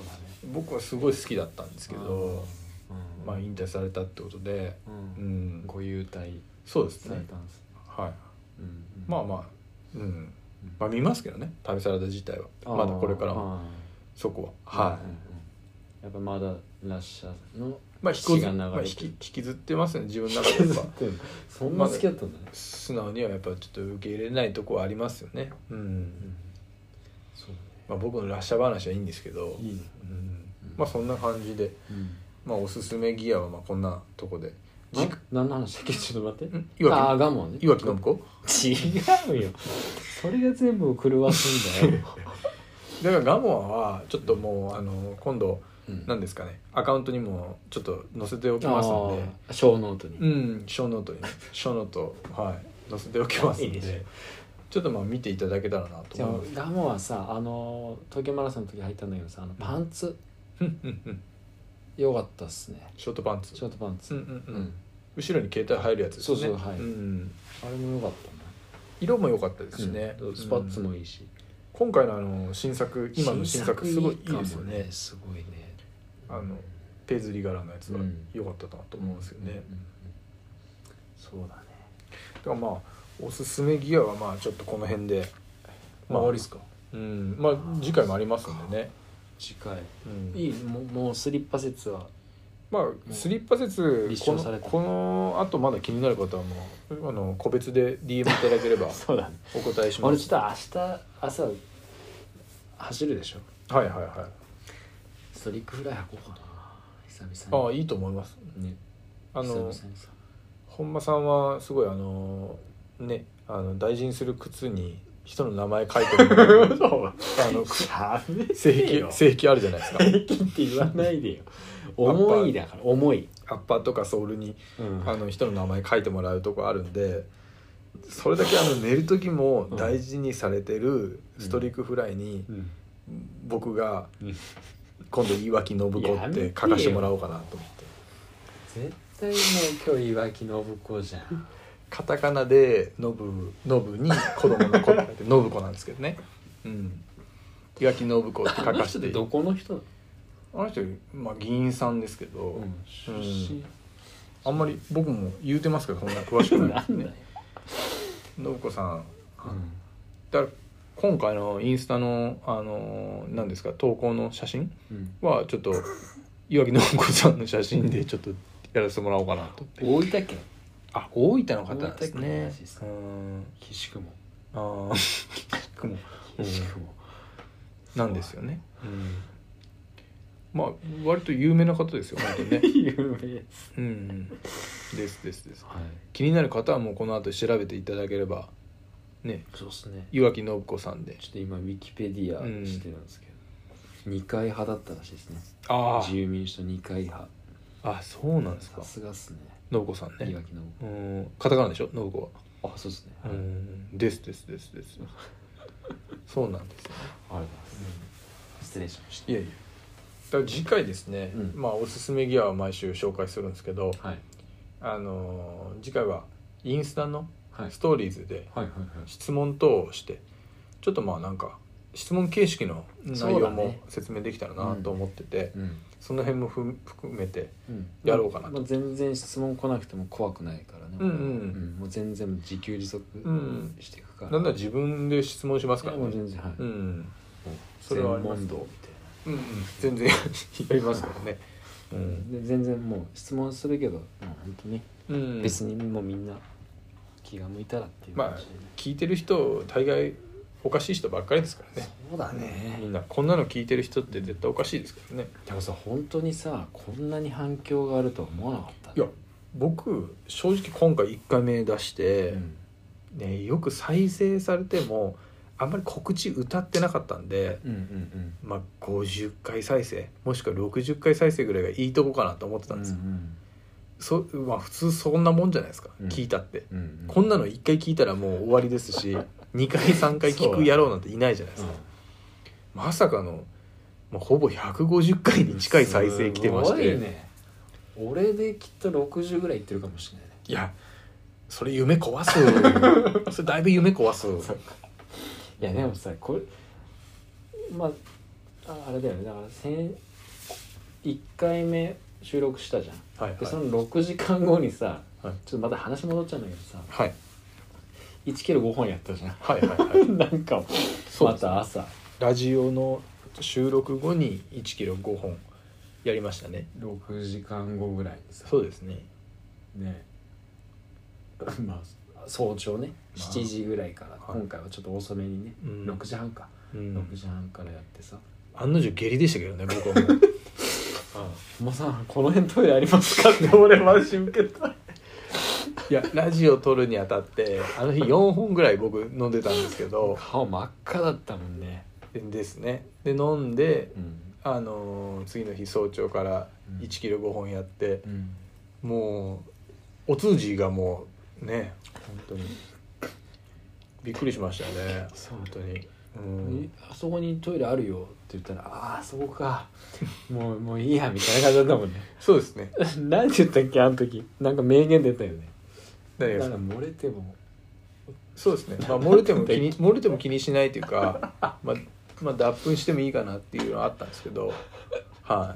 僕はすごい好きだったんですけど、 うん、 まあ引退されたってことで、 うんうん、ご優待そうですね、 されたんです、 はい、 うんうん、 まあまあ、うん、まあ見ますけどね、旅サラダ自体はまだこれからもそこは、はい、うんうん、 やっぱまだラッシャーのまあ、引き、まあ、引き引きずってますね、自分の中ではそんな好きだったんだね、まあ、 素直にはやっぱちょっと受け入れないとこはありますよね、うん、うん、そうね、まあ、僕のラッシャー話はいいんですけど、いいね、うん、まあそんな感じで、うん、まあおすすめギアはまあこんなとこで、 何の話だっけ、ちょっと待って、 いわき、 ああガモね、 岩木信子、 違うよそれが全部狂わすんだよだからガモアはちょっともうあの今度なんですかね、アカウントにもちょっと載せておきますので、 ショーノートに、 うん、ショーノートに、ね、ショーノート、はい、載せておきますので、いいでちょっとまあ見ていただけたらなと思います。 ガモはさ、あの東京マラソンの時入ったんだけどさ、あのパンツ、うん、よかったっすね。 ショートパンツ、 ショートパンツ、 うんうんうん、後ろに携帯入るやつですね。 そうそう、はい、うん、あれもよかったな。 色も良かったですしね、 うん、スパッツもいいし、 今回のあの新作、今の新作すごいいいですよね。 すごいね。 あのペイズリ柄のやつは良かったなと思うんですよね、うんうんうん、 そうだね。 だからまあおすすめギアはまあちょっとこの辺で、 まあ、終わりですか。 うん、まあ次回もありますんでね。 次回、うん、いい、もう、もうスリッパ説はまあスリッパ説立証された。 この、この後まだ気になる方はもうあの個別で ディーエム いただければそうだね、 お答えします。 俺ちょっと明日朝走るでしょ。 はいはいはい。 ストリックフライ履こうかな、久々に。 ああ、いいと思いますね。 あの本間さんはすごいあのね、あの大事にする靴に人の名前書いてるあの性癖性癖あるじゃないですか。 性癖って言わないでよ。重いだから、重いアッパーとかソールに、うん、あの人の名前書いてもらうとこあるんで、それだけあの寝る時も大事にされてるストリックフライに、うんうん、僕が、うん今度岩木信子って書かしてもらおうかなと思って。 絶対もう今日岩木信子じゃん。 カタカナでノブノブに子供の子って書いて信子なんですけどね、うん、岩木信子って書かして。あの人ってどこの人？ あの人、まあ、議員さんですけど、うん出身、うん、 あんまり僕も言うてますけどそんな詳しくないですね信子さん、うん、だから今回のインスタのあの何ですか投稿の写真はちょっと岩木信子さんの写真でちょっとやらせてもらおうかなと。 大分県、 あ、大分の方なんですね。 岸雲、 ああ岸雲岸雲なんですよね、うん、まあ割と有名な方ですよ本当ね有名です、 うん、ですですです、はい、気になる方はもうこの後調べていただければね、 そうですね。 岩木信子さんでちょっと今ウィキペディアしてるんですけど、うん、二階派だったらしいですね。 あ自由民主党二階派。 あ、そうなんですか。 さすがっすね。 信子さんね。 岩木信子。 うん、カタカナでしょ信子は。 あ、そうですね。 うん、ですですですですそうなんですね。 ありがとうございます、うん、失礼しました。 いやいや。だから次回ですね、うん、まあおすすめギアは毎週紹介するんですけど、 はい、 あのー、次回はインスタのストーリーズで質問等をしてちょっとまあなんか質問形式の内容も説明できたらなと思ってて そ,、ねうん、その辺もふ含めてやろうかなと、うんまあ、全然質問来なくても怖くないからね、うんうんうん、もう全然自給自足していくから、 うん、なんだら自分で質問しますからね。 もう全然はい、うん、 それはありますみたいな、うんうん、全然やりますからね、 うん、で全然もう質問するけどもう本当に、うん、別にもうみんな気が向いたらっていう感じで、ね、まあ聞いてる人大概おかしい人ばっかりですからね。 そうだね、 みんなこんなの聞いてる人って絶対おかしいですからね。 でもさ本当にさこんなに反響があるとは思わなかった、ね、 いや僕正直今回いっかいめ出して、うんね、よく再生されてもあんまり告知歌ってなかったんで、うんうんうん、まあごじゅっかい再生もしくはろくじゅっかい再生ぐらいがいいとこかなと思ってたんですよ、うんうんそまあ、普通そんなもんじゃないですか、うん、聞いたって、うんうん、こんなのいっかい聞いたらもう終わりですしにかいさんかい聞く野郎なんていないじゃないですか、うん、まさかの、まあ、ほぼひゃくごじゅっかいに近い再生来てまして、 すごいね。俺できっとろくじゅうぐらいいってるかもしれないね。 いやそれ夢壊すそれだいぶ夢壊すいやでもさこれまああれだよねだから先いっかいめ収録したじゃん、 はいはい、 でそのろくじかんごにさ、 はい、 ちょっとまた話戻っちゃうんだけどさ、 はい、 いちキロごほんやったじゃん。 はいはいはい。 なんかまた朝、 ラジオの収録後にいちキロごほんやりましたね。 ろくじかんごぐらいにさ。 そうですね。 ね。まあ早朝ね、まあ、しちじぐらいから、はい、今回はちょっと遅めにね、うん、ろくじはんか、うん、ろくじはんからやってさ。 案の定下痢でしたけどね、僕はもう。 ああ、もうさ、この辺トイレありますかって俺マジ受けた。 いやラジオ撮るにあたってあの日よんほんぐらい僕飲んでたんですけど顔真っ赤だったもんね。 ですね。で飲んで、うん、あのー、次の日早朝からいちキロごほんやって、うん、もうお通じがもうね本当にびっくりしましたね。本当に、うん、 あそこにトイレあるよって言ったらああそこかもうもういいやみたいな感じだったもんね。 そうですね。 何て言ったっけあの時、なんか名言出たよね。 何ですか。なんか漏れてもそうですね、まあ、漏れても気に漏れても気にしないというか、まあ、まあ脱粉してもいいかなっていうのはあったんですけど、はい。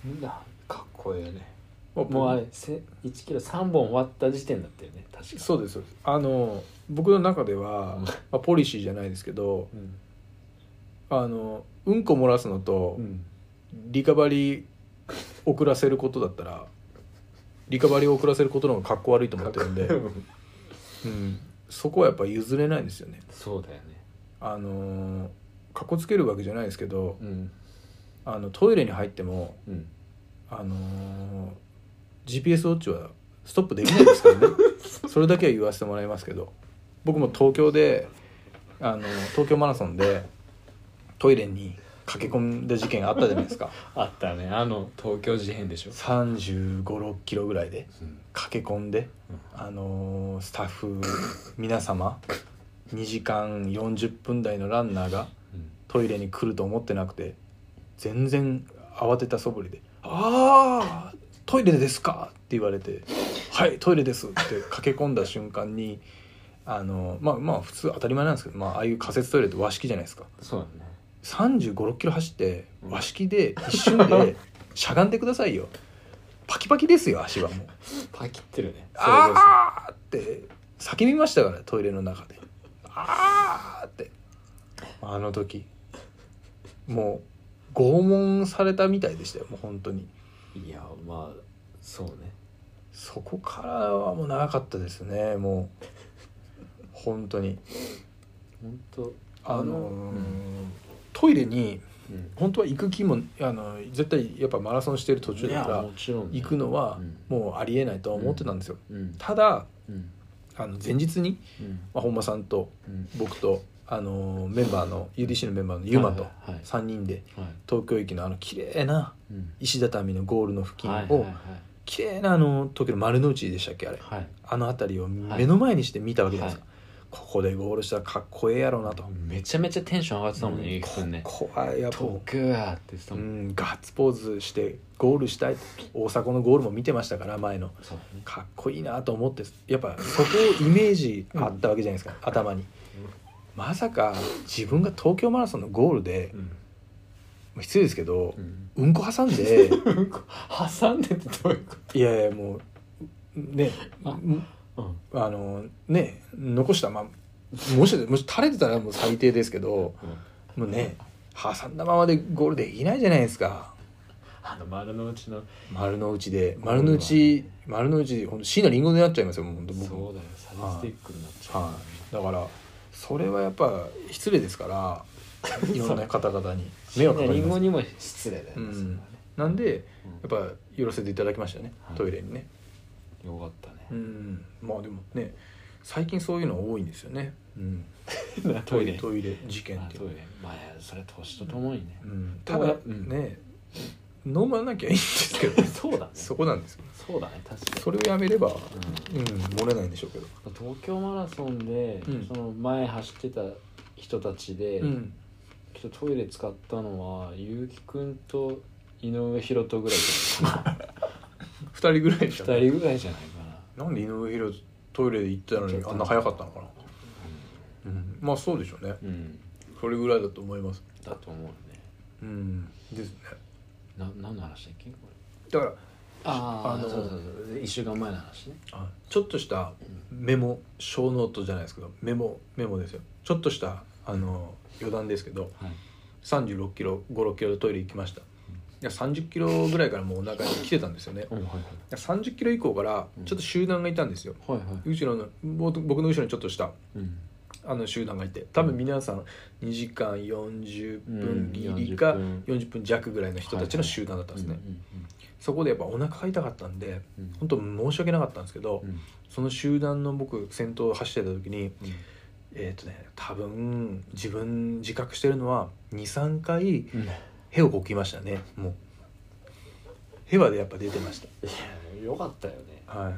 なんだかっこいいよね。もうあれいちキロさんぼん終わった時点だったよね確か。 そうですそうです。あの僕の中では、まあ、ポリシーじゃないですけど、うん、あのうんこ漏らすのと、うん、リカバリー遅らせることだったらリカバリーを遅らせることの方がかっこ悪いと思ってるんで、うん、そこはやっぱ譲れないんですよね。 そうだよね。 あのかっこつけるわけじゃないですけど、うん、あのトイレに入っても、うん、あの ジーピーエス ウォッチはストップできないですからね。それだけは言わせてもらいますけど、僕も東京であの東京マラソンでトイレに駆け込んだ事件があったじゃないですか。 あったね、あの東京事変でしょ。 さんじゅうご、ろっキロぐらいで駆け込んで、うん、あのスタッフ皆様にじかんよんじゅっぷん台のランナーがトイレに来ると思ってなくて全然慌てた素振りで「あートイレですか?」って言われて「はいトイレです」って駆け込んだ瞬間にあのまあまあ普通当たり前なんですけど、まあ、ああいう仮設トイレって和式じゃないですか。 そうだね。 さんじゅうご、ろっキロ走って和式で一瞬でしゃがんでくださいよ。パキパキですよ足はもう。 パキってるね。 あーって叫びましたからトイレの中で。あーってあの時もう拷問されたみたいでしたよもう本当に。 いやまあそうね。 そこからはもう長かったですねもう本当に本当あのーうんトイレに本当は行く気もあの絶対やっぱマラソンしてる途中だから行くのはもうありえないとは思ってたんですよ、うんうん、ただ、うん、あの前日に、うんまあ、本間さんと僕と、あのメンバーの ユーディーシー のメンバーのユマとさんにんで東京駅のあの綺麗な石畳のゴールの付近を綺麗なあの東京の丸の内でしたっけあれ、はい、あの辺りを目の前にして見たわけじゃないですか、はいここでゴールしたらかっこええやろうなと。 めちゃめちゃテンション上がってたもんね、ゆうきくんね。 怖いやっぱ東京やって言ってたもん、 うん、ガッツポーズしてゴールしたい。大迫のゴールも見てましたから前の、ね、かっこいいなと思ってやっぱそこをイメージあったわけじゃないですか、うん、頭に、うん、まさか自分が東京マラソンのゴールで、うん、失礼ですけど、うん、うんこ挟んでうんこ挟んでってどういうこと。 いやいやもうねうん、あのね残したままもしもし垂れてたらもう最低ですけど、うん、もうね挟んだままでゴールできないじゃないですか。 あの丸の内の丸の内で丸の内丸の内ほんと椎名林檎になっちゃいますよもう本当僕そうだよサディスティックになっちゃう、 はいはい、だからそれはやっぱ失礼ですからいろんな方々に迷惑かかります。椎名林檎にも失礼だよね、うん、 なんでやっぱ寄らせていただきましたね、はい、トイレにね。 よかったね。 うん、まあでもね最近そういうの多いんですよね、うん、 トイレトイレ事件っていう。 トイレまあそれ年とともにね、 うん、ただ、うん、ね飲まなきゃいいんですけどそうだねそこなんですよ。 そうだね確かにそれをやめれば、うんうん、漏れないんでしょうけど。 東京マラソンで、うん、その前走ってた人たちで、うん、トイレ使ったのは結城くんと井上博人ぐらいじゃないかなふたりぐらいじゃないふたりぐらいじゃないかな。 なんで井上博人トイレで行ったのにあんな早かったのかな、うんうん、まあそうでしょうね、うん、それぐらいだと思います。 だと思うね、 うんですね。 な何の話だっけこれだからああのそうそうそういっしゅうかんまえの話ね。 ちょっとしたメモ小ノートじゃないですけどメモメモですよ。ちょっとしたあの余談ですけど、はい、さんじゅうろっキロご、ろっキロでトイレ行きました。いやさんじゅっキロぐらいからもうお腹に来てたんですよね、うんはいはい、さんじゅっキロ以降からちょっと集団がいたんですよ、うんはいはい、後ろの僕の後ろにちょっとした、うん、あの集団がいて多分皆さんにじかんよんじゅっぷんギリかよんじゅっぷん弱ぐらいの人たちの集団だったんですね。そこでやっぱお腹が痛かったんで、うん、本当申し訳なかったんですけど、うん、その集団の僕先頭を走ってた時に、うん、えっとね多分自分自覚してるのは にさんかい屁をこきましたね。もう屁はでやっぱ出てました。 いやよかったよね。はい。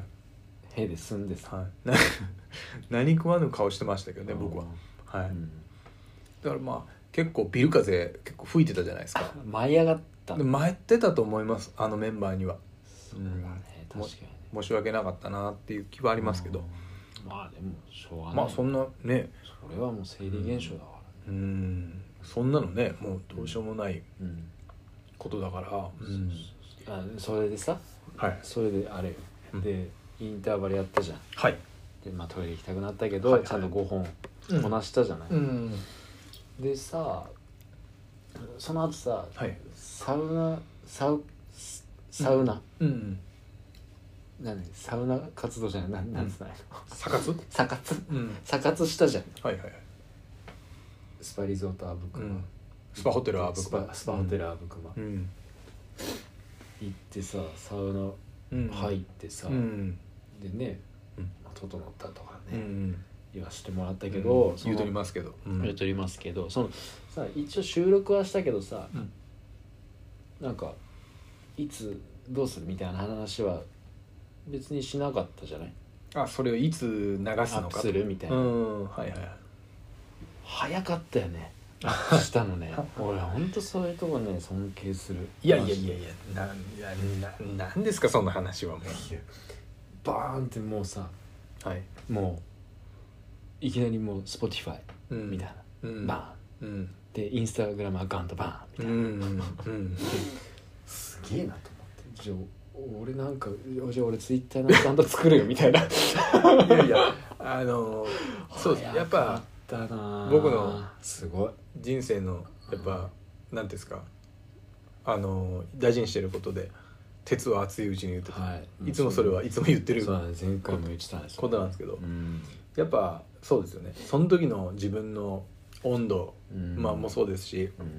屁で済んでさ、はい、 何食わぬ顔してましたけどね僕は。はい、うん。だからまあ結構ビル風結構吹いてたじゃないですか。 舞い上がった。 舞ってたと思いますあのメンバーには。 そうだね、確かに、ね、 申し訳なかったなっていう気はありますけど。 まあでもしょうがない。 まあそんなね。 それはもう生理現象だから、 ね。うん。うんそんなのねもうどうしようもないことだから。うん。うんあそれでさ、はい、それであれよ、うん、でインターバルやったじゃん。はい。でまあトイレ行きたくなったけど、はいはい、ちゃんとごほんこなしたじゃない。うん、でさその後さ、はい、サウナサウサウナ、うんうん、何サウナ活動じゃないなんなんつうのサ活サ活、うん、サ活したじゃん。 はいはいはい。 スパリゾートアブクマ、うん、 スパホテルアブクマスパ、スパホテルアブクマ、うん、行ってさサウナ入ってさ、うん、でね、うんまあ、整ったとかね、うん、言わせてもらったけど、 うん、言うとりますけど、 うん、言うとりますけどそのさ一応収録はしたけどさ、うん、なんかいつどうするみたいな話は別にしなかったじゃない。 あそれをいつ流すのかアップするみたいな、 うんはいはい、 早かったよねしたのね俺ほんとそういうとこね尊敬する。 いやいやいやいやな、な、なんですかそんな話はもうバーンってもうさ、はい、もういきなりもう Spotify みたいな、うん、バーン、うん、でインスタグラムアカウントバーンみたいな、うんうん、すげえなと思ってじゃあ俺なんかじゃあ俺ツイッターのアカウント作るよみたいないやいやあのそうですやっぱ僕のすごい人生のやっぱ何ですかあの大事にしてることで鉄は熱いうちに言ってた、はい、いつもそれはいつも言ってるそうだね前回も言ってたんですことなんですけど、うん、やっぱそうですよねその時の自分の温度、うん、まあもそうですし、うん、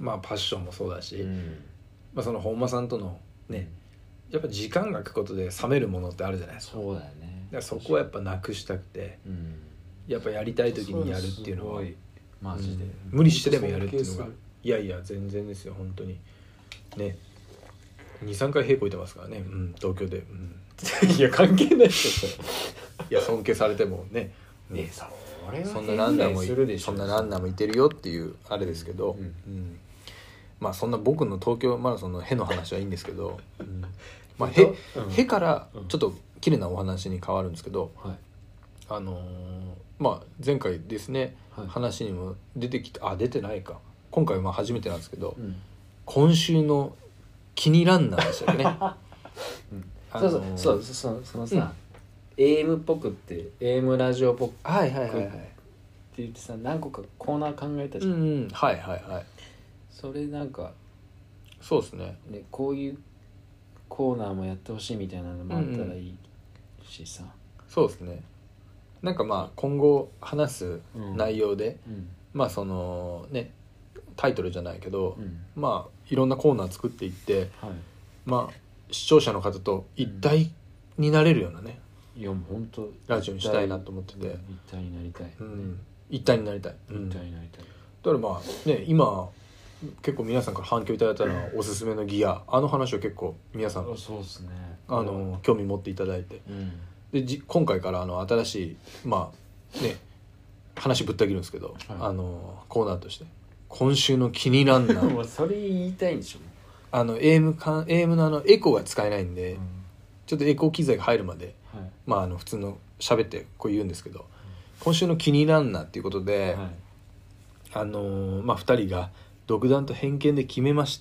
まあパッションもそうだし、うんまあ、その本間さんとのね、やっぱ時間が空くことで冷めるものってあるじゃないですか。 そうだよね。 だからそこはやっぱなくしたくて、うん、やっぱやりたい時にやるっていうのはマジで、うん、 無理してでもやるっていうのがいやいや全然ですよ本当にね にさんかい屁こいてますからね、うん、東京で、うん、 いや関係ないでしょいや尊敬されてもね、 うん、えそれはそんなランナーもそんなランナーもいてるよっていうあれですけど、うんうんまあそんな僕の東京マラソンのへの話はいいんですけど、うん、まあへ、うん、へからちょっと綺麗なお話に変わるんですけど、はい、あのー、まあ前回ですね、はい、話にも出てきたあ出てないか今回まあ初めてなんですけど、うん、今週の気にランナーでしたよね、 うん、そうそうそうそうそのさ、うん、エーエム っぽくって エーエム ラジオっぽくはいはいはいはいって言ってさ何個かコーナー考えたじゃん、 うんうん、はいはいはいそれなんかそうですねねこういうコーナーもやってほしいみたいなのもあったらいいしさ、うんうん、 そうですねなんかまあ今後話す内容で、うんうん、まあそのねタイトルじゃないけど、うん、まあいろんなコーナー作っていって、はい、まあ視聴者の方と一体になれるようなね、 うん、いやもう本当ラジオにしたいなと思ってて一体になりたい、 うん、一体になりたい、 うん、一体になりたいだからまあね今結構皆さんから反響いただいたのはおすすめのギアあの話を結構皆さんそうですねあの興味持っていただいて、うん、でじ今回からあの新しいまあね話ぶった切るんですけど、はい、あのコーナーとして今週の気になんなもうそれ言いたいんでしょあの エーエム か エーエム のあのエコーが使えないんで、うん、ちょっとエコー機材が入るまで、はい、まああの普通の喋ってこう言うんですけど、うん、今週の気になんなっていうことで、はい、あのまあふたりが独断と偏見で決めました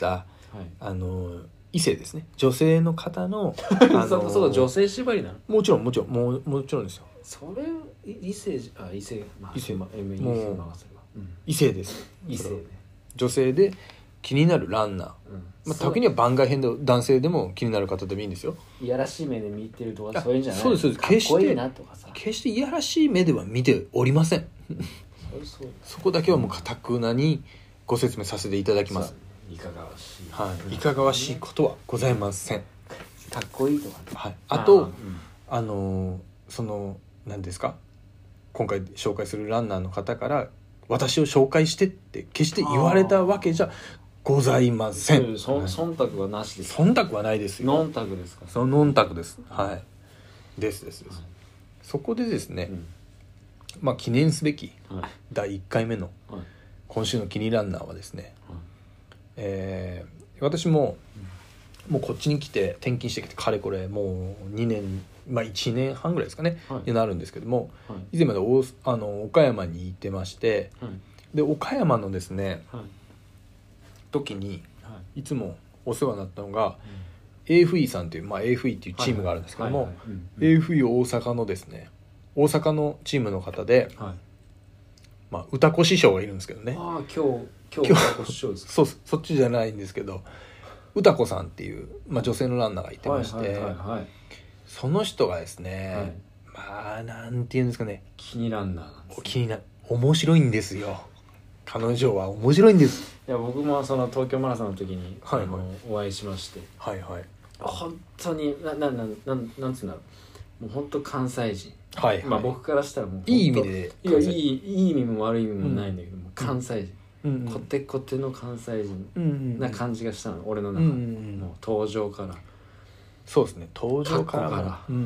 あの異性ですね、女性の方のあのそうそう女性縛りなの？ もちろんもちろんもうもちろんですよ。 それ異性あ異性、まあ、 異性、 まあ、もう、 うん、異性です。 異性ね。 女性で気になるランナー、うんまあ、時には番外編で男性でも気になる方でもいいんですよ。 いやらしい目で見てるとかそういうんじゃない？ そうですそうです。 かっこいいなとかさ、 決していやらしい目では見ておりませんそうそうそこだけはもう堅くなにご説明させていただきます。 いかがわしい、 はい、いかがわしいことはございません。 かっこいいとか、ね、 はい、あと あ,、うん、あのその何ですか、今回紹介するランナーの方から私を紹介してって決して言われたわけじゃございません。 うん、そ忖度はなしです。 忖度はないですよ。 ノンタグですか？ そのノンタグです。はいですですです、はい、そこでですね、うん、まあ記念すべきだいいっかいめの今週の気にランナーはですね、はい、えー、私ももうこっちに来て転勤してきてかれこれもうにねん、まあいちねんはんぐらいですかね、はい、になるんですけども、はい、以前までおあの岡山にいてまして、はい、で岡山のですね、はい、時にいつもお世話になったのが、うん、エーエフイー さんという、まあ、エーエフイー っていうチームがあるんですけども、エーエフイー 大阪のですね大阪のチームの方で、はい、まあ歌子師匠がいるんですけどね。 ああ今日今日歌子師匠ですか？ そうそっちじゃないんですけど、歌子さんっていう、まあ、女性のランナーがいてまして、はいはいはいはい、その人がですね、はい、まあなんていうんですかね、 気にランナーなんです、ね、 気にな面白いんですよ。彼女は面白いんです。 いや僕もその東京マラソンの時に、はいはい、あのお会いしまして、 はいはい、 本当にななななんなんつうんだろう、もう本当関西人、はいはい、まあ僕からしたらもういい意味でいやいいいい意味も悪い意味もないんだけど、うん、もう関西人、うんうん、コテコテの関西人な感じがしたの、うんうん、俺の中で、うんうん、もう登場から、 そうですね、登場からから、 うんうん、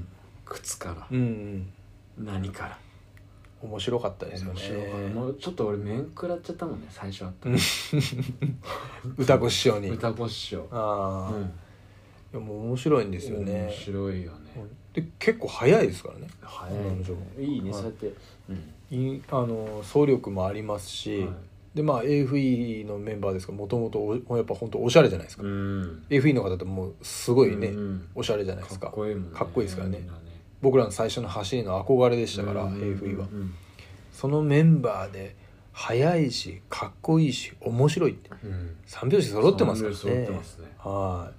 靴から、 うんうん、何から面白かったですよね。 もうちょっと俺面食らっちゃったもんね最初あった歌子師匠に。 歌子師匠、 ああ、うん、いやもう面白いんですよね。 面白いよね。 で結構早いですからね。 早いね。いいね、はい、そうやって、 うん、いあの走力もありますし、はい、でまあ エーエフイー のメンバーですからもともとやっぱ本当おしゃれじゃないですか。うん、エーエフイー の方ってもうすごいね、うん、おしゃれじゃないですか。 かっこいいもんね。 かっこいいですからね。僕らの最初の走りの憧れでしたから、うんうんうんうん、エーエフイー はそのメンバーで速いしかっこいいし面白いって、うん、三拍子揃ってますからね。 揃ってますね。 はい、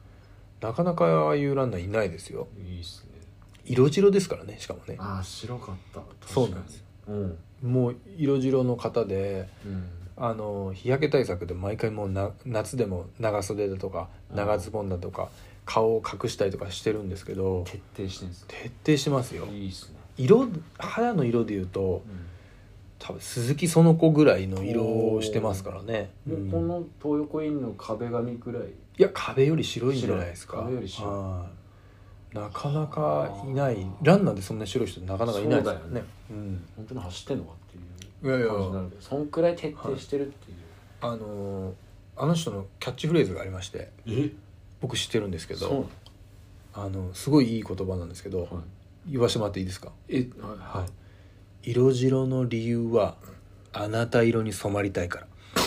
なかなかああいうランナーいないですよ。 いいっすね。 色白ですからね、しかもね。 ああ白かった。 そうなんですよ、うん、もう色白の方で、うん、あの日焼け対策で毎回もうな夏でも長袖だとか長ズボンだとか顔を隠したりとかしてるんですけど、 徹底してるんですね。 徹底してますよ。 いいっすね。 色肌の色でいうと、うん、多分鈴木園子ぐらいの色をしてますからね。 もうこの東横インの壁紙くらい。いや壁より白いんじゃないですか。 壁より白い。あなかなかいない。ランナーでそんな白い人なかなかいないですよね。 そうだよね、うん、本当に走ってんのかっていう感じになる。 いやいやそんくらい徹底してるっていう、 はい、あのー、あの人のキャッチフレーズがありまして、 え僕知ってるんですけど、あのすごいいい言葉なんですけど、はい、言わせてもらっていいですか。 え、はいはい、 色白の理由はあなた色に染まりたいから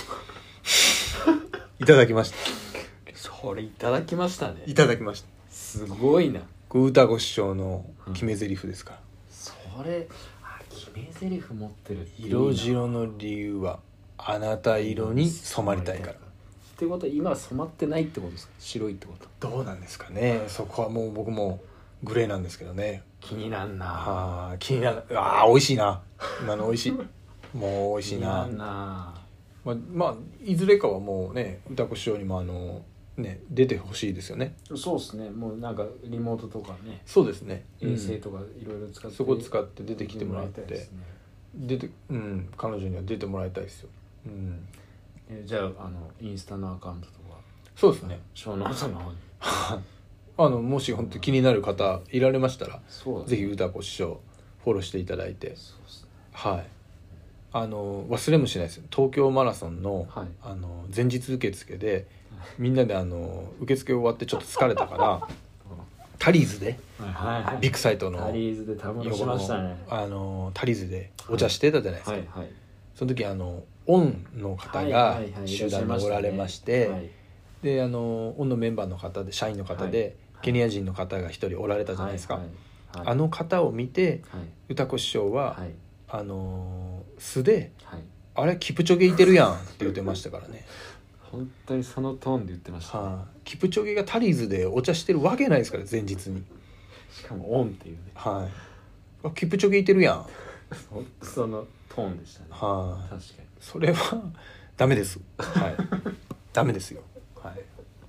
いただきました。 それいただきましたね。 いただきました。 すごいな。 歌子師匠の決め台詞ですから、 うん、それあ決め台詞持ってるっていい。 色白の理由はあなた色に染まりたいから。 ってことは今は染まってないってことですか。白いってこと。 どうなんですかね。そこはもう僕もグレーなんですけどね。 気になんなあ気になる。あ美味しいな。今の美味しいもう美味しいな。 気になんなまあ、まあいずれかはもうね歌子師匠にもあのね出てほしいですよね。 そうですね。もうなんかリモートとかね。 そうですね。 衛星とかいろいろ使って、うん、 そこ使って出てきてもらって、ね、出てうん彼女には出てもらいたいですよ。うん。 えじゃああのインスタのアカウントとか。 そうですね。 ショーノートの方に。 あのもし本当気になる方いられましたら、 そうぜひ歌子師匠フォローしていただいて。 そうですね。 はい。あの忘れもしないですよ。東京マラソンの、はい、あの前日受付でみんなであの受付終わってちょっと疲れたからタリーズで、はいはい、ビッグサイトのタリーズで楽しましたね。 あのタリーズでお茶してたじゃないですか、 はいはいはい、 その時あのオンの方が集団におられまして、 であのオンのメンバーの方で社員の方で、はい、ケニア人の方が一人おられたじゃないですか、はいはいはい、あの方を見て、はい、歌子師匠は、はい、あの素で、はい、あれキプチョゲいてるやんって言ってましたからね本当にそのトーンで言ってましたね、はあ、キプチョゲがタリーズでお茶してるわけないですから前日に、 しかもオンっていうね、 はい、あキプチョゲいてるやんそのトーンでしたね、 はあ、確かにそれはダメです、はい、ダメですよ、はい、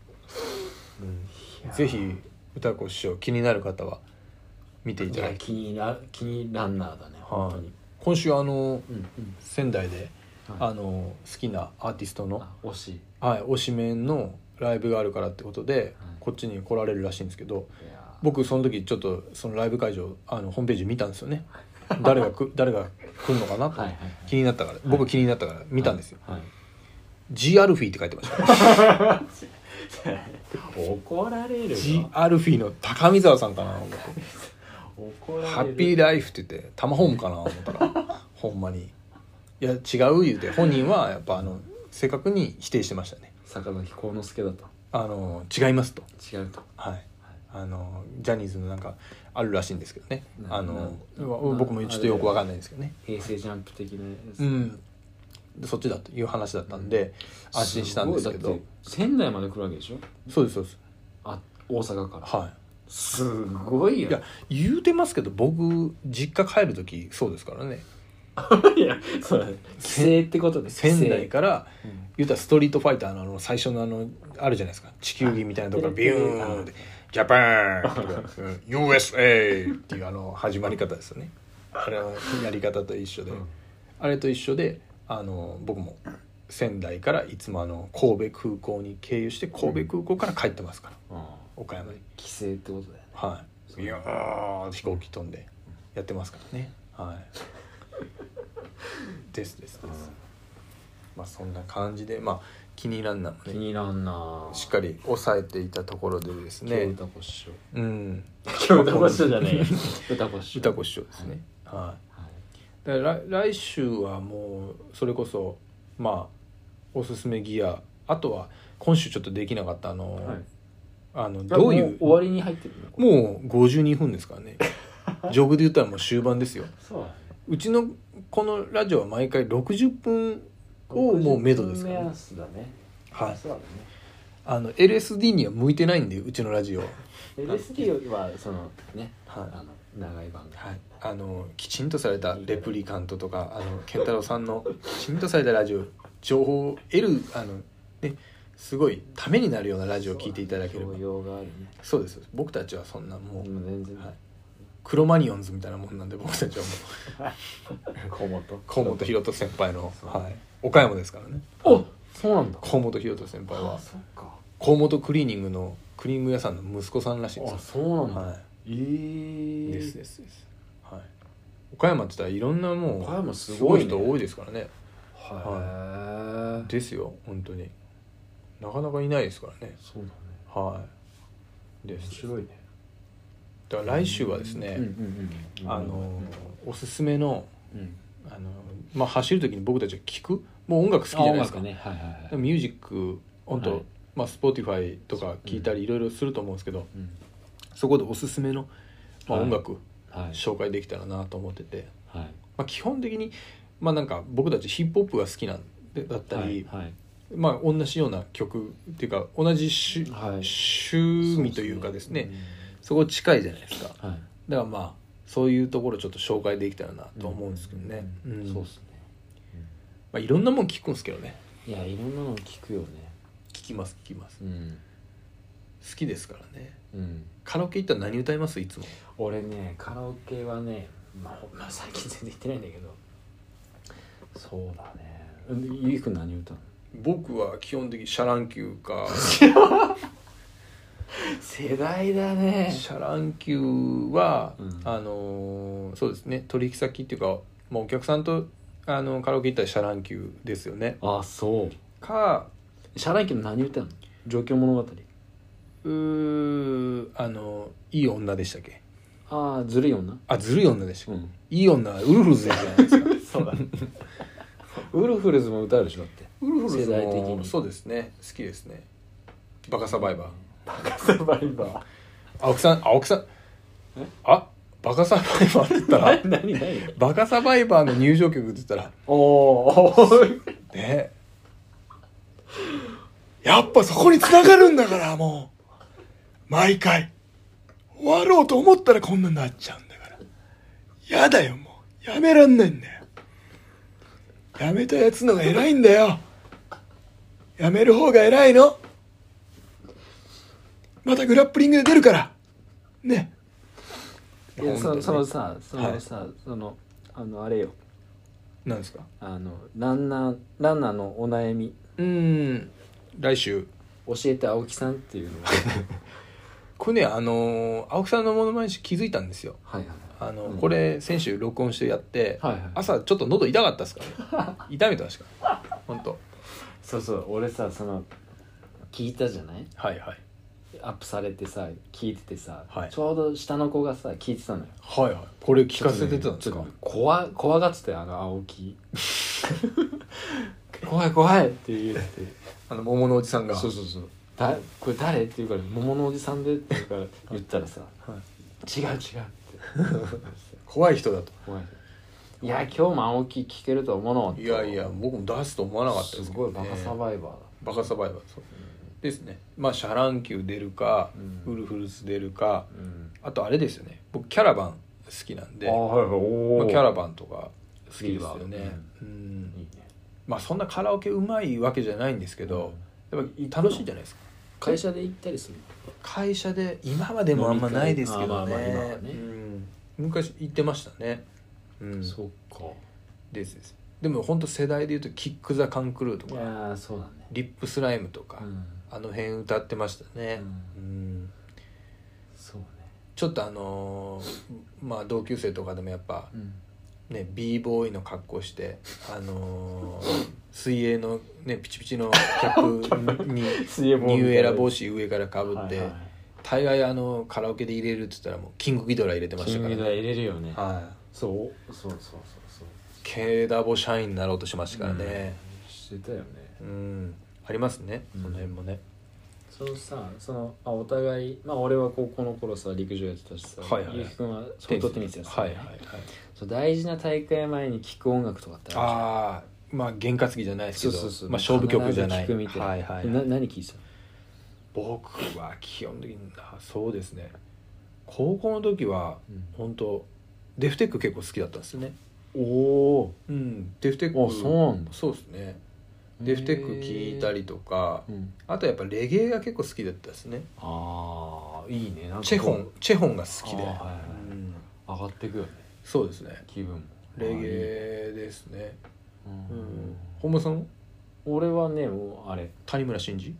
うん、ぜひ歌子師匠気になる方は見ていただき、 気にな気にランナーだね、本当に。 今週あの、うんうん、仙台で、はい、あの好きなアーティストの推し、 はい、推しメンのライブがあるからってことで、はい、こっちに来られるらしいんですけど、僕その時ちょっとそのライブ会場あのホームページ見たんですよね誰がく誰が来るのかなと、はいはいはい、気になったから、はい、僕気になったから見たんですよ、はいはい、G アルフィーって書いてました怒られるよ。 G アルフィーの高見沢さんかな思って怒られる。ハッピーライフって言ってタマホームかな思ったらほんまにいや違う言うて本人はやっぱあの正確に否定してましたね。 坂崎幸之助だとあの違いますと違うと、 はい、あのジャニーズのなんかあるらしいんですけどね、あの僕もちょっとよくわかんないんですけどね、 平成ジャンプ的なやつ、 うん、そっちだという話だったんで、うん、安心したんですけど、 仙台まで来るわけでしょ。 そうですそうです。 あ、大阪から、 はい、 すごいよ。 いや言うてますけど僕実家帰る時そうですからねいやそうだね、帰省ってことで仙台から、うん、言うたらストリートファイターのあの最初のあのあるじゃないですか、地球儀みたいなところからビューンってジャパンとかユーエスエー っていうあの始まり方ですよね。あれのやり方と一緒で、うん、あれと一緒であの僕も仙台からいつもあの神戸空港に経由して神戸空港から帰ってますから、うん、岡山に帰省ってことだよね。 はい、ビヨーン飛行機飛んでやってますからね、はいですですです、うん、まあそんな感じで、まあ気に入らんなもね、 気に入らんなしっかり抑えていたところでですね、 今日歌子師匠、 うん、 今日歌子師匠じゃねえ歌子師匠歌子師匠ですね、はい、はい、だから来, 来週はもうそれこそまあおすすめギア、あとは今週ちょっとできなかったあの、はい、あのどういう終わりに入ってるの、もうごじゅうにふんですからねジョグで言ったらもう終盤ですよ。 そうだね、 うちのこのラジオは毎回ろくじゅっぷんをもう目処ですからね。 目安だね。 はい。 そうだね。 あの エルエスディー には向いてないんでうちのラジオ。 エルエスディー はそのね、はい、あの長い番組。 はい。あのきちんとされたレプリカントとかあの健太郎さんのきちんとされたラジオ情報を得るあのねすごいためになるようなラジオを聞いていただければ。 教養があるね。 そうです。僕たちはそんなもう、 もう全然。はい、 クロマニオンズみたいなもんなんで僕たちはもう河本河本大翔先輩の、はい、岡山ですからね。 お、そうなんだ。 河本大翔先輩はそっか、 河本クリーニングのクリーニング屋さんの息子さんらしいですよ。 あ、そうなんだ、 はい、 えー、 ですですです、はい、岡山って言ったらいろんなもう岡山すごい、ね、 すごい人多いですからね。 はい、 はい、ですよ本当になかなかいないですからね。 そうだね、 はいです。 面白いね。 だから来週はですね、あのおすすめの、うん、あのまあ走る時に僕たちは聞く、もう音楽好きじゃないですか。 ね、はいはいはい、 ミュージック本当、はい、まあ Spotify とか聞いたりいろいろすると思うんですけど、うん、そこでおすすめの、まあ、音楽、はい、紹介できたらなと思ってて、はい、まあ、基本的にまあなんか僕たちヒップホップが好きなんでだったり、はいはい、まあ同じような曲っていうか同じ趣、はい、趣味というかですね、そこ近いじゃないですか、はい、だからまあそういうところちょっと紹介できたらなと思うんですけどね、 うんうんうん、そうですね、 まあ、いろんなもん聞くんですけどね。 いや、いろんなの聞くよね。 聞きます聞きます、うん、好きですからね、 うん、カラオケ行ったら何歌いますいつも。 俺ね、カラオケはね、まあ、まあ、最近全然行ってないんだけど、そうだね、ゆうくん何歌うの？ 僕は基本的にシャランキューか世代だね。 シャランキューは、うん、あのー、そうですね、取引先っていうか、まあ、お客さんとあのカラオケ行ったらシャランキューですよね。 あ、そうか。 シャランキューの何歌うの？状況物語。 うー、あのいい女でしたっけ。 ああ、ずるい女。 あ、ずるい女でしたっけ、うん、いい女はウルフルズじゃないですかそうだウルフルズも歌うでしょ。だってウルフルズも世代的にそうですね、好きですね。 バカサバイバー。 バカサバイバー。 青木さん、青木さん。あ、バカサバイバーって言ったら何何バカサバイバーの入場曲って言ったらおおね、やっぱそこに繋がるんだからもう毎回終わろうと思ったらこんなになっちゃうんだから、やだよ、もうやめらんないんだよ。やめたやつのが偉いんだよ。やめる方が偉いの。またグラップリングで出るからね。 いや、その、そのさ、そのさ、はい、そのあのあれよ。 何ですか？ あのランナーランナーのお悩み。 うーん。来週教えて青木さんっていうのはこれね、あの青木さんのものまねし気づいたんですよ。 はいはい。 あの、うん、これ先週録音してやって、 はいはい、 朝ちょっと喉痛かったですからね。痛めてましたから本当。 そうそう、俺さ、その聞いたじゃない。 はいはい。 アップされてさ、聞いててさ、 はい、 ちょうど下の子がさ聞いてたのよ。 はいはい。これ聞かせてたんですか？ ね、怖怖がってたよ、あの青木怖い怖いって言って、 あの桃のおじさんが、 そうそうそう、だこれ誰って言うから、桃のおじさんでって言うから言ったらさ、はい、違う違うって怖い人だと。 怖い人。いや、今日も青木聞けると思うの。 いやいや、僕も出すと思わなかったですけど、ね、 すごいバカサバイバーだ。 バカサバイバー、そうですね。まあシャランキュー出るか、うん、ウルフルス出るか、うん、あとあれですよね、僕キャラバン好きなんで、あ、はいはい、まあ、キャラバンとか好きですよね。うん、うん、いいね。まあそんなカラオケうまいわけじゃないんですけど、うん、やっぱ楽しいじゃないですか。 会社で行ったりする？ 会社で今までもあんまないですけどね。昔行ってましたね。うん、 そっか。 ですです。でも本当世代でいうとキック・ザ・カンクルーとか、 いや、そうだね、 リップスライムとか、うん、あの辺歌ってましたね。 うん、うん、そうね。 ちょっとあのー、まあ同級生とかでもやっぱ、うん、ね、b ボーイの格好してあのー、水泳のねピチピチのキャップにニューエラ帽子上からかぶって、はいはい、大概あのカラオケで入れるって言ったらもうキングギドラ入れてましたからね。 キングギドラ入れるよね。 はい。 そうそうそうそうそう。 ケーダボ社員になろうとしましたからね。 うん、してたよね。 うん、ありますね、その辺もね。 そのさ、そのあお互い、まあ俺は高校の頃さ陸上やってたしさ、はいはい、ゆうきくんはソフトテニスやってた、ね、はいはいはい。そう、大事な大会前に聴く音楽とかってあるじゃん。ああ、まあ験担ぎじゃないですけど、そうそうそう、まあ勝負曲じゃない。必ず聴くみたいな。はいはい、はい。な何聴いてたの？ 僕は基本的にそうですね。高校の時は、うん、本当デフテック結構好きだったんですね。 おお、 うん、デフテック、 あ、そうなんだ。 そうですね。デフテック聞いたりとか、うん、あとやっぱレゲエが結構好きだったですね。 ああ、いいね。なんかチェホンチェホンが好きで、はいはい、 うん、上がっていくよね。 そうですね。 気分もレゲエですね。うん、うん、本間さん？ 俺はね、もうあれ谷村新司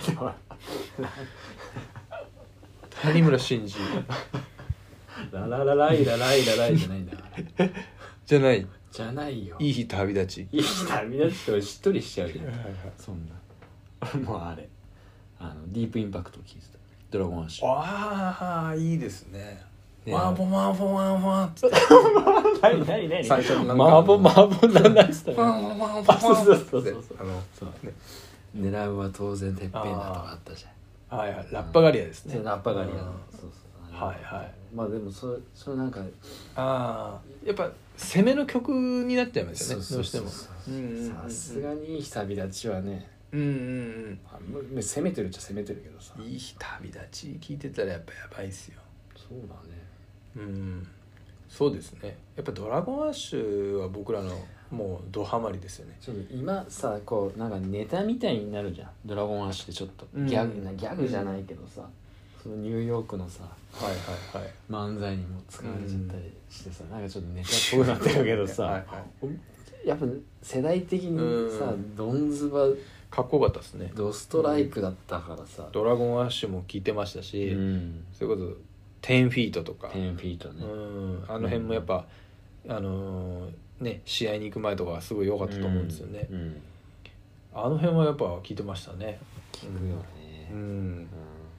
谷村新司ラララライラライラライじゃないんだじゃないじゃないよ。 いい日旅立ち、 いい日旅立ちってしっとりしちゃうじゃんそんなもうあれあのディープインパクトを聞いてたドラゴンアッシュ。 ああ、いいですね。ワンフォワンフォワンフォンつって何何何最初のなんかマーボマーボなんなんつったワンフォワンフォワンそうそうそうそうあのそう、ね、狙うは当然てっぺんだとかあったじゃん。 はいはい、ラッパガリアですね。 ラッパガリア、そうそうはいはい。 まあでもそれそれなんかああ、やっぱ攻めの曲になっちゃいますよね、どうしても。 さすがにいい日旅立ちはね、 うんうんうん、攻めてるっちゃ攻めてるけどさ、 いい日旅立ち聞いてたらやっぱやばいっすよ。 そうだね。 うん、そうですね。やっぱドラゴンアッシュは僕らのもうドハマりですよね。 ちょっと今さ、こうなんかネタみたいになるじゃん、ドラゴンアッシュってちょっとギャグな、うん、ギャグじゃないけどさ、そのニューヨークのさ、 はいはいはい、 漫才にも使われちゃったりしてさ、うん、なんかちょっとネタっぽくなってるけどさはい、はい、やっぱ世代的にさ、うん、ドンズバかっこよかったですね。 ドストライクだったからさ、 ドラゴンアッシュも聞いてましたし、うん、それこそテンフィートとか、 テンフィートね、 うん、あの辺もやっぱ、うん、あのー、ね、試合に行く前とかはすごい良かったと思うんですよね、うんうん、あの辺はやっぱ聞いてましたね。 聞くよね、うんうん、そうね。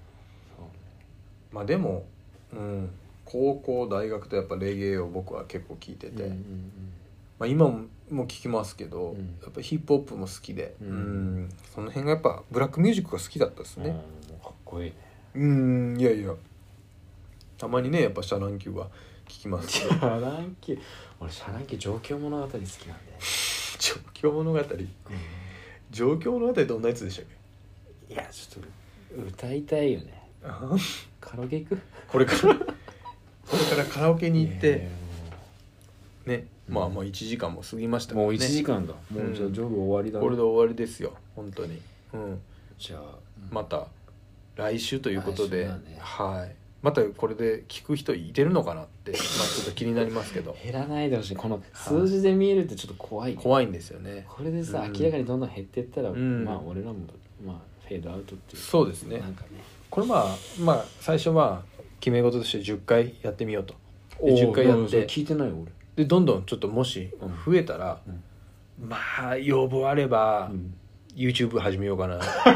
まあでも、うん、高校大学とやっぱレゲエを僕は結構聞いてて、うんうんうん、まあ、今もも聞きますけど、うん、やっぱヒップホップも好きで、うんうん、その辺がやっぱブラックミュージックが好きだったですね、うん、 かっこいいね。 うんいやいやたまにねやっぱシャランキューは聞きますシャランキュー俺シャランキュー上京物語好きなんで上京物語、うん、上京物語どんなやつでしたっけ？いやちょっと歌いたいよねカラオケ行く？ これからこれからカラオケに行ってね、うん、まあまあいちじかんも過ぎましたからね。 もういちじかんだ。もうじゃあジョブ終わりだ、ね、 これで終わりですよ本当に。うん。 じゃあ、 うん、また来週ということで、ね、はい。またこれで聞く人いてるのかなってまあちょっと気になりますけど。 減らないでほしい。この数字で見えるってちょっと怖い、ね。 怖いんですよね。 これでさ、うん、明らかにどんどん減っていったら、うん、まあ俺らもまあフェードアウトっていう。 そうですね。なんかね。これまあまあ最初は決め事としてじゅっかいやってみようと。でじゅっかいやって聞いてないよ俺。 でどんどんちょっともし増えたら、うんうん、まあ要望あれば、うん、YouTube 始めようかな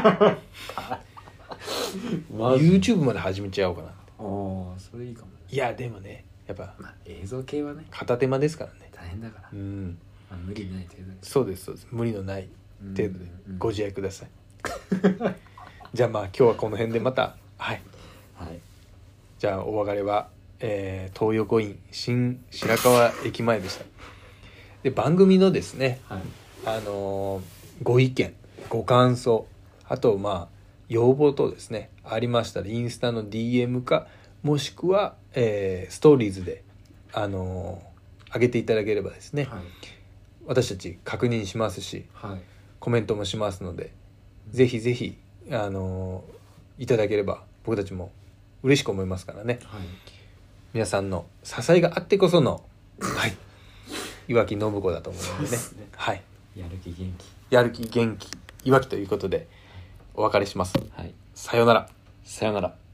YouTube まで始めちゃおうかな。 ああそれいいかも、ね、 いやでもねやっぱ、 まあ、映像系はね片手間ですからね大変だから、 うんまあ、無理ない程度にそうですそうです無理のない程度でご自愛ください、うんうん、じゃあまあ今日はこの辺でまたはい、はい、じゃあお別れはえー、東横イン新白河駅前でした。で番組のですね、はい、あのー、ご意見ご感想あとまあ要望等ですねありましたらインスタの ディーエム かもしくは、えー、ストーリーズであのー、上げていただければですね、はい、私たち確認しますし、はい、コメントもしますので、うん、ぜひぜひあのー、いただければ僕たちも嬉しく思いますからね、はい、皆さんの支えがあってこその、はい、岩木信子だと思うのでね、はい、 やる気元気やる気元気岩木ということでお別れします、 はい、 さようならさようなら。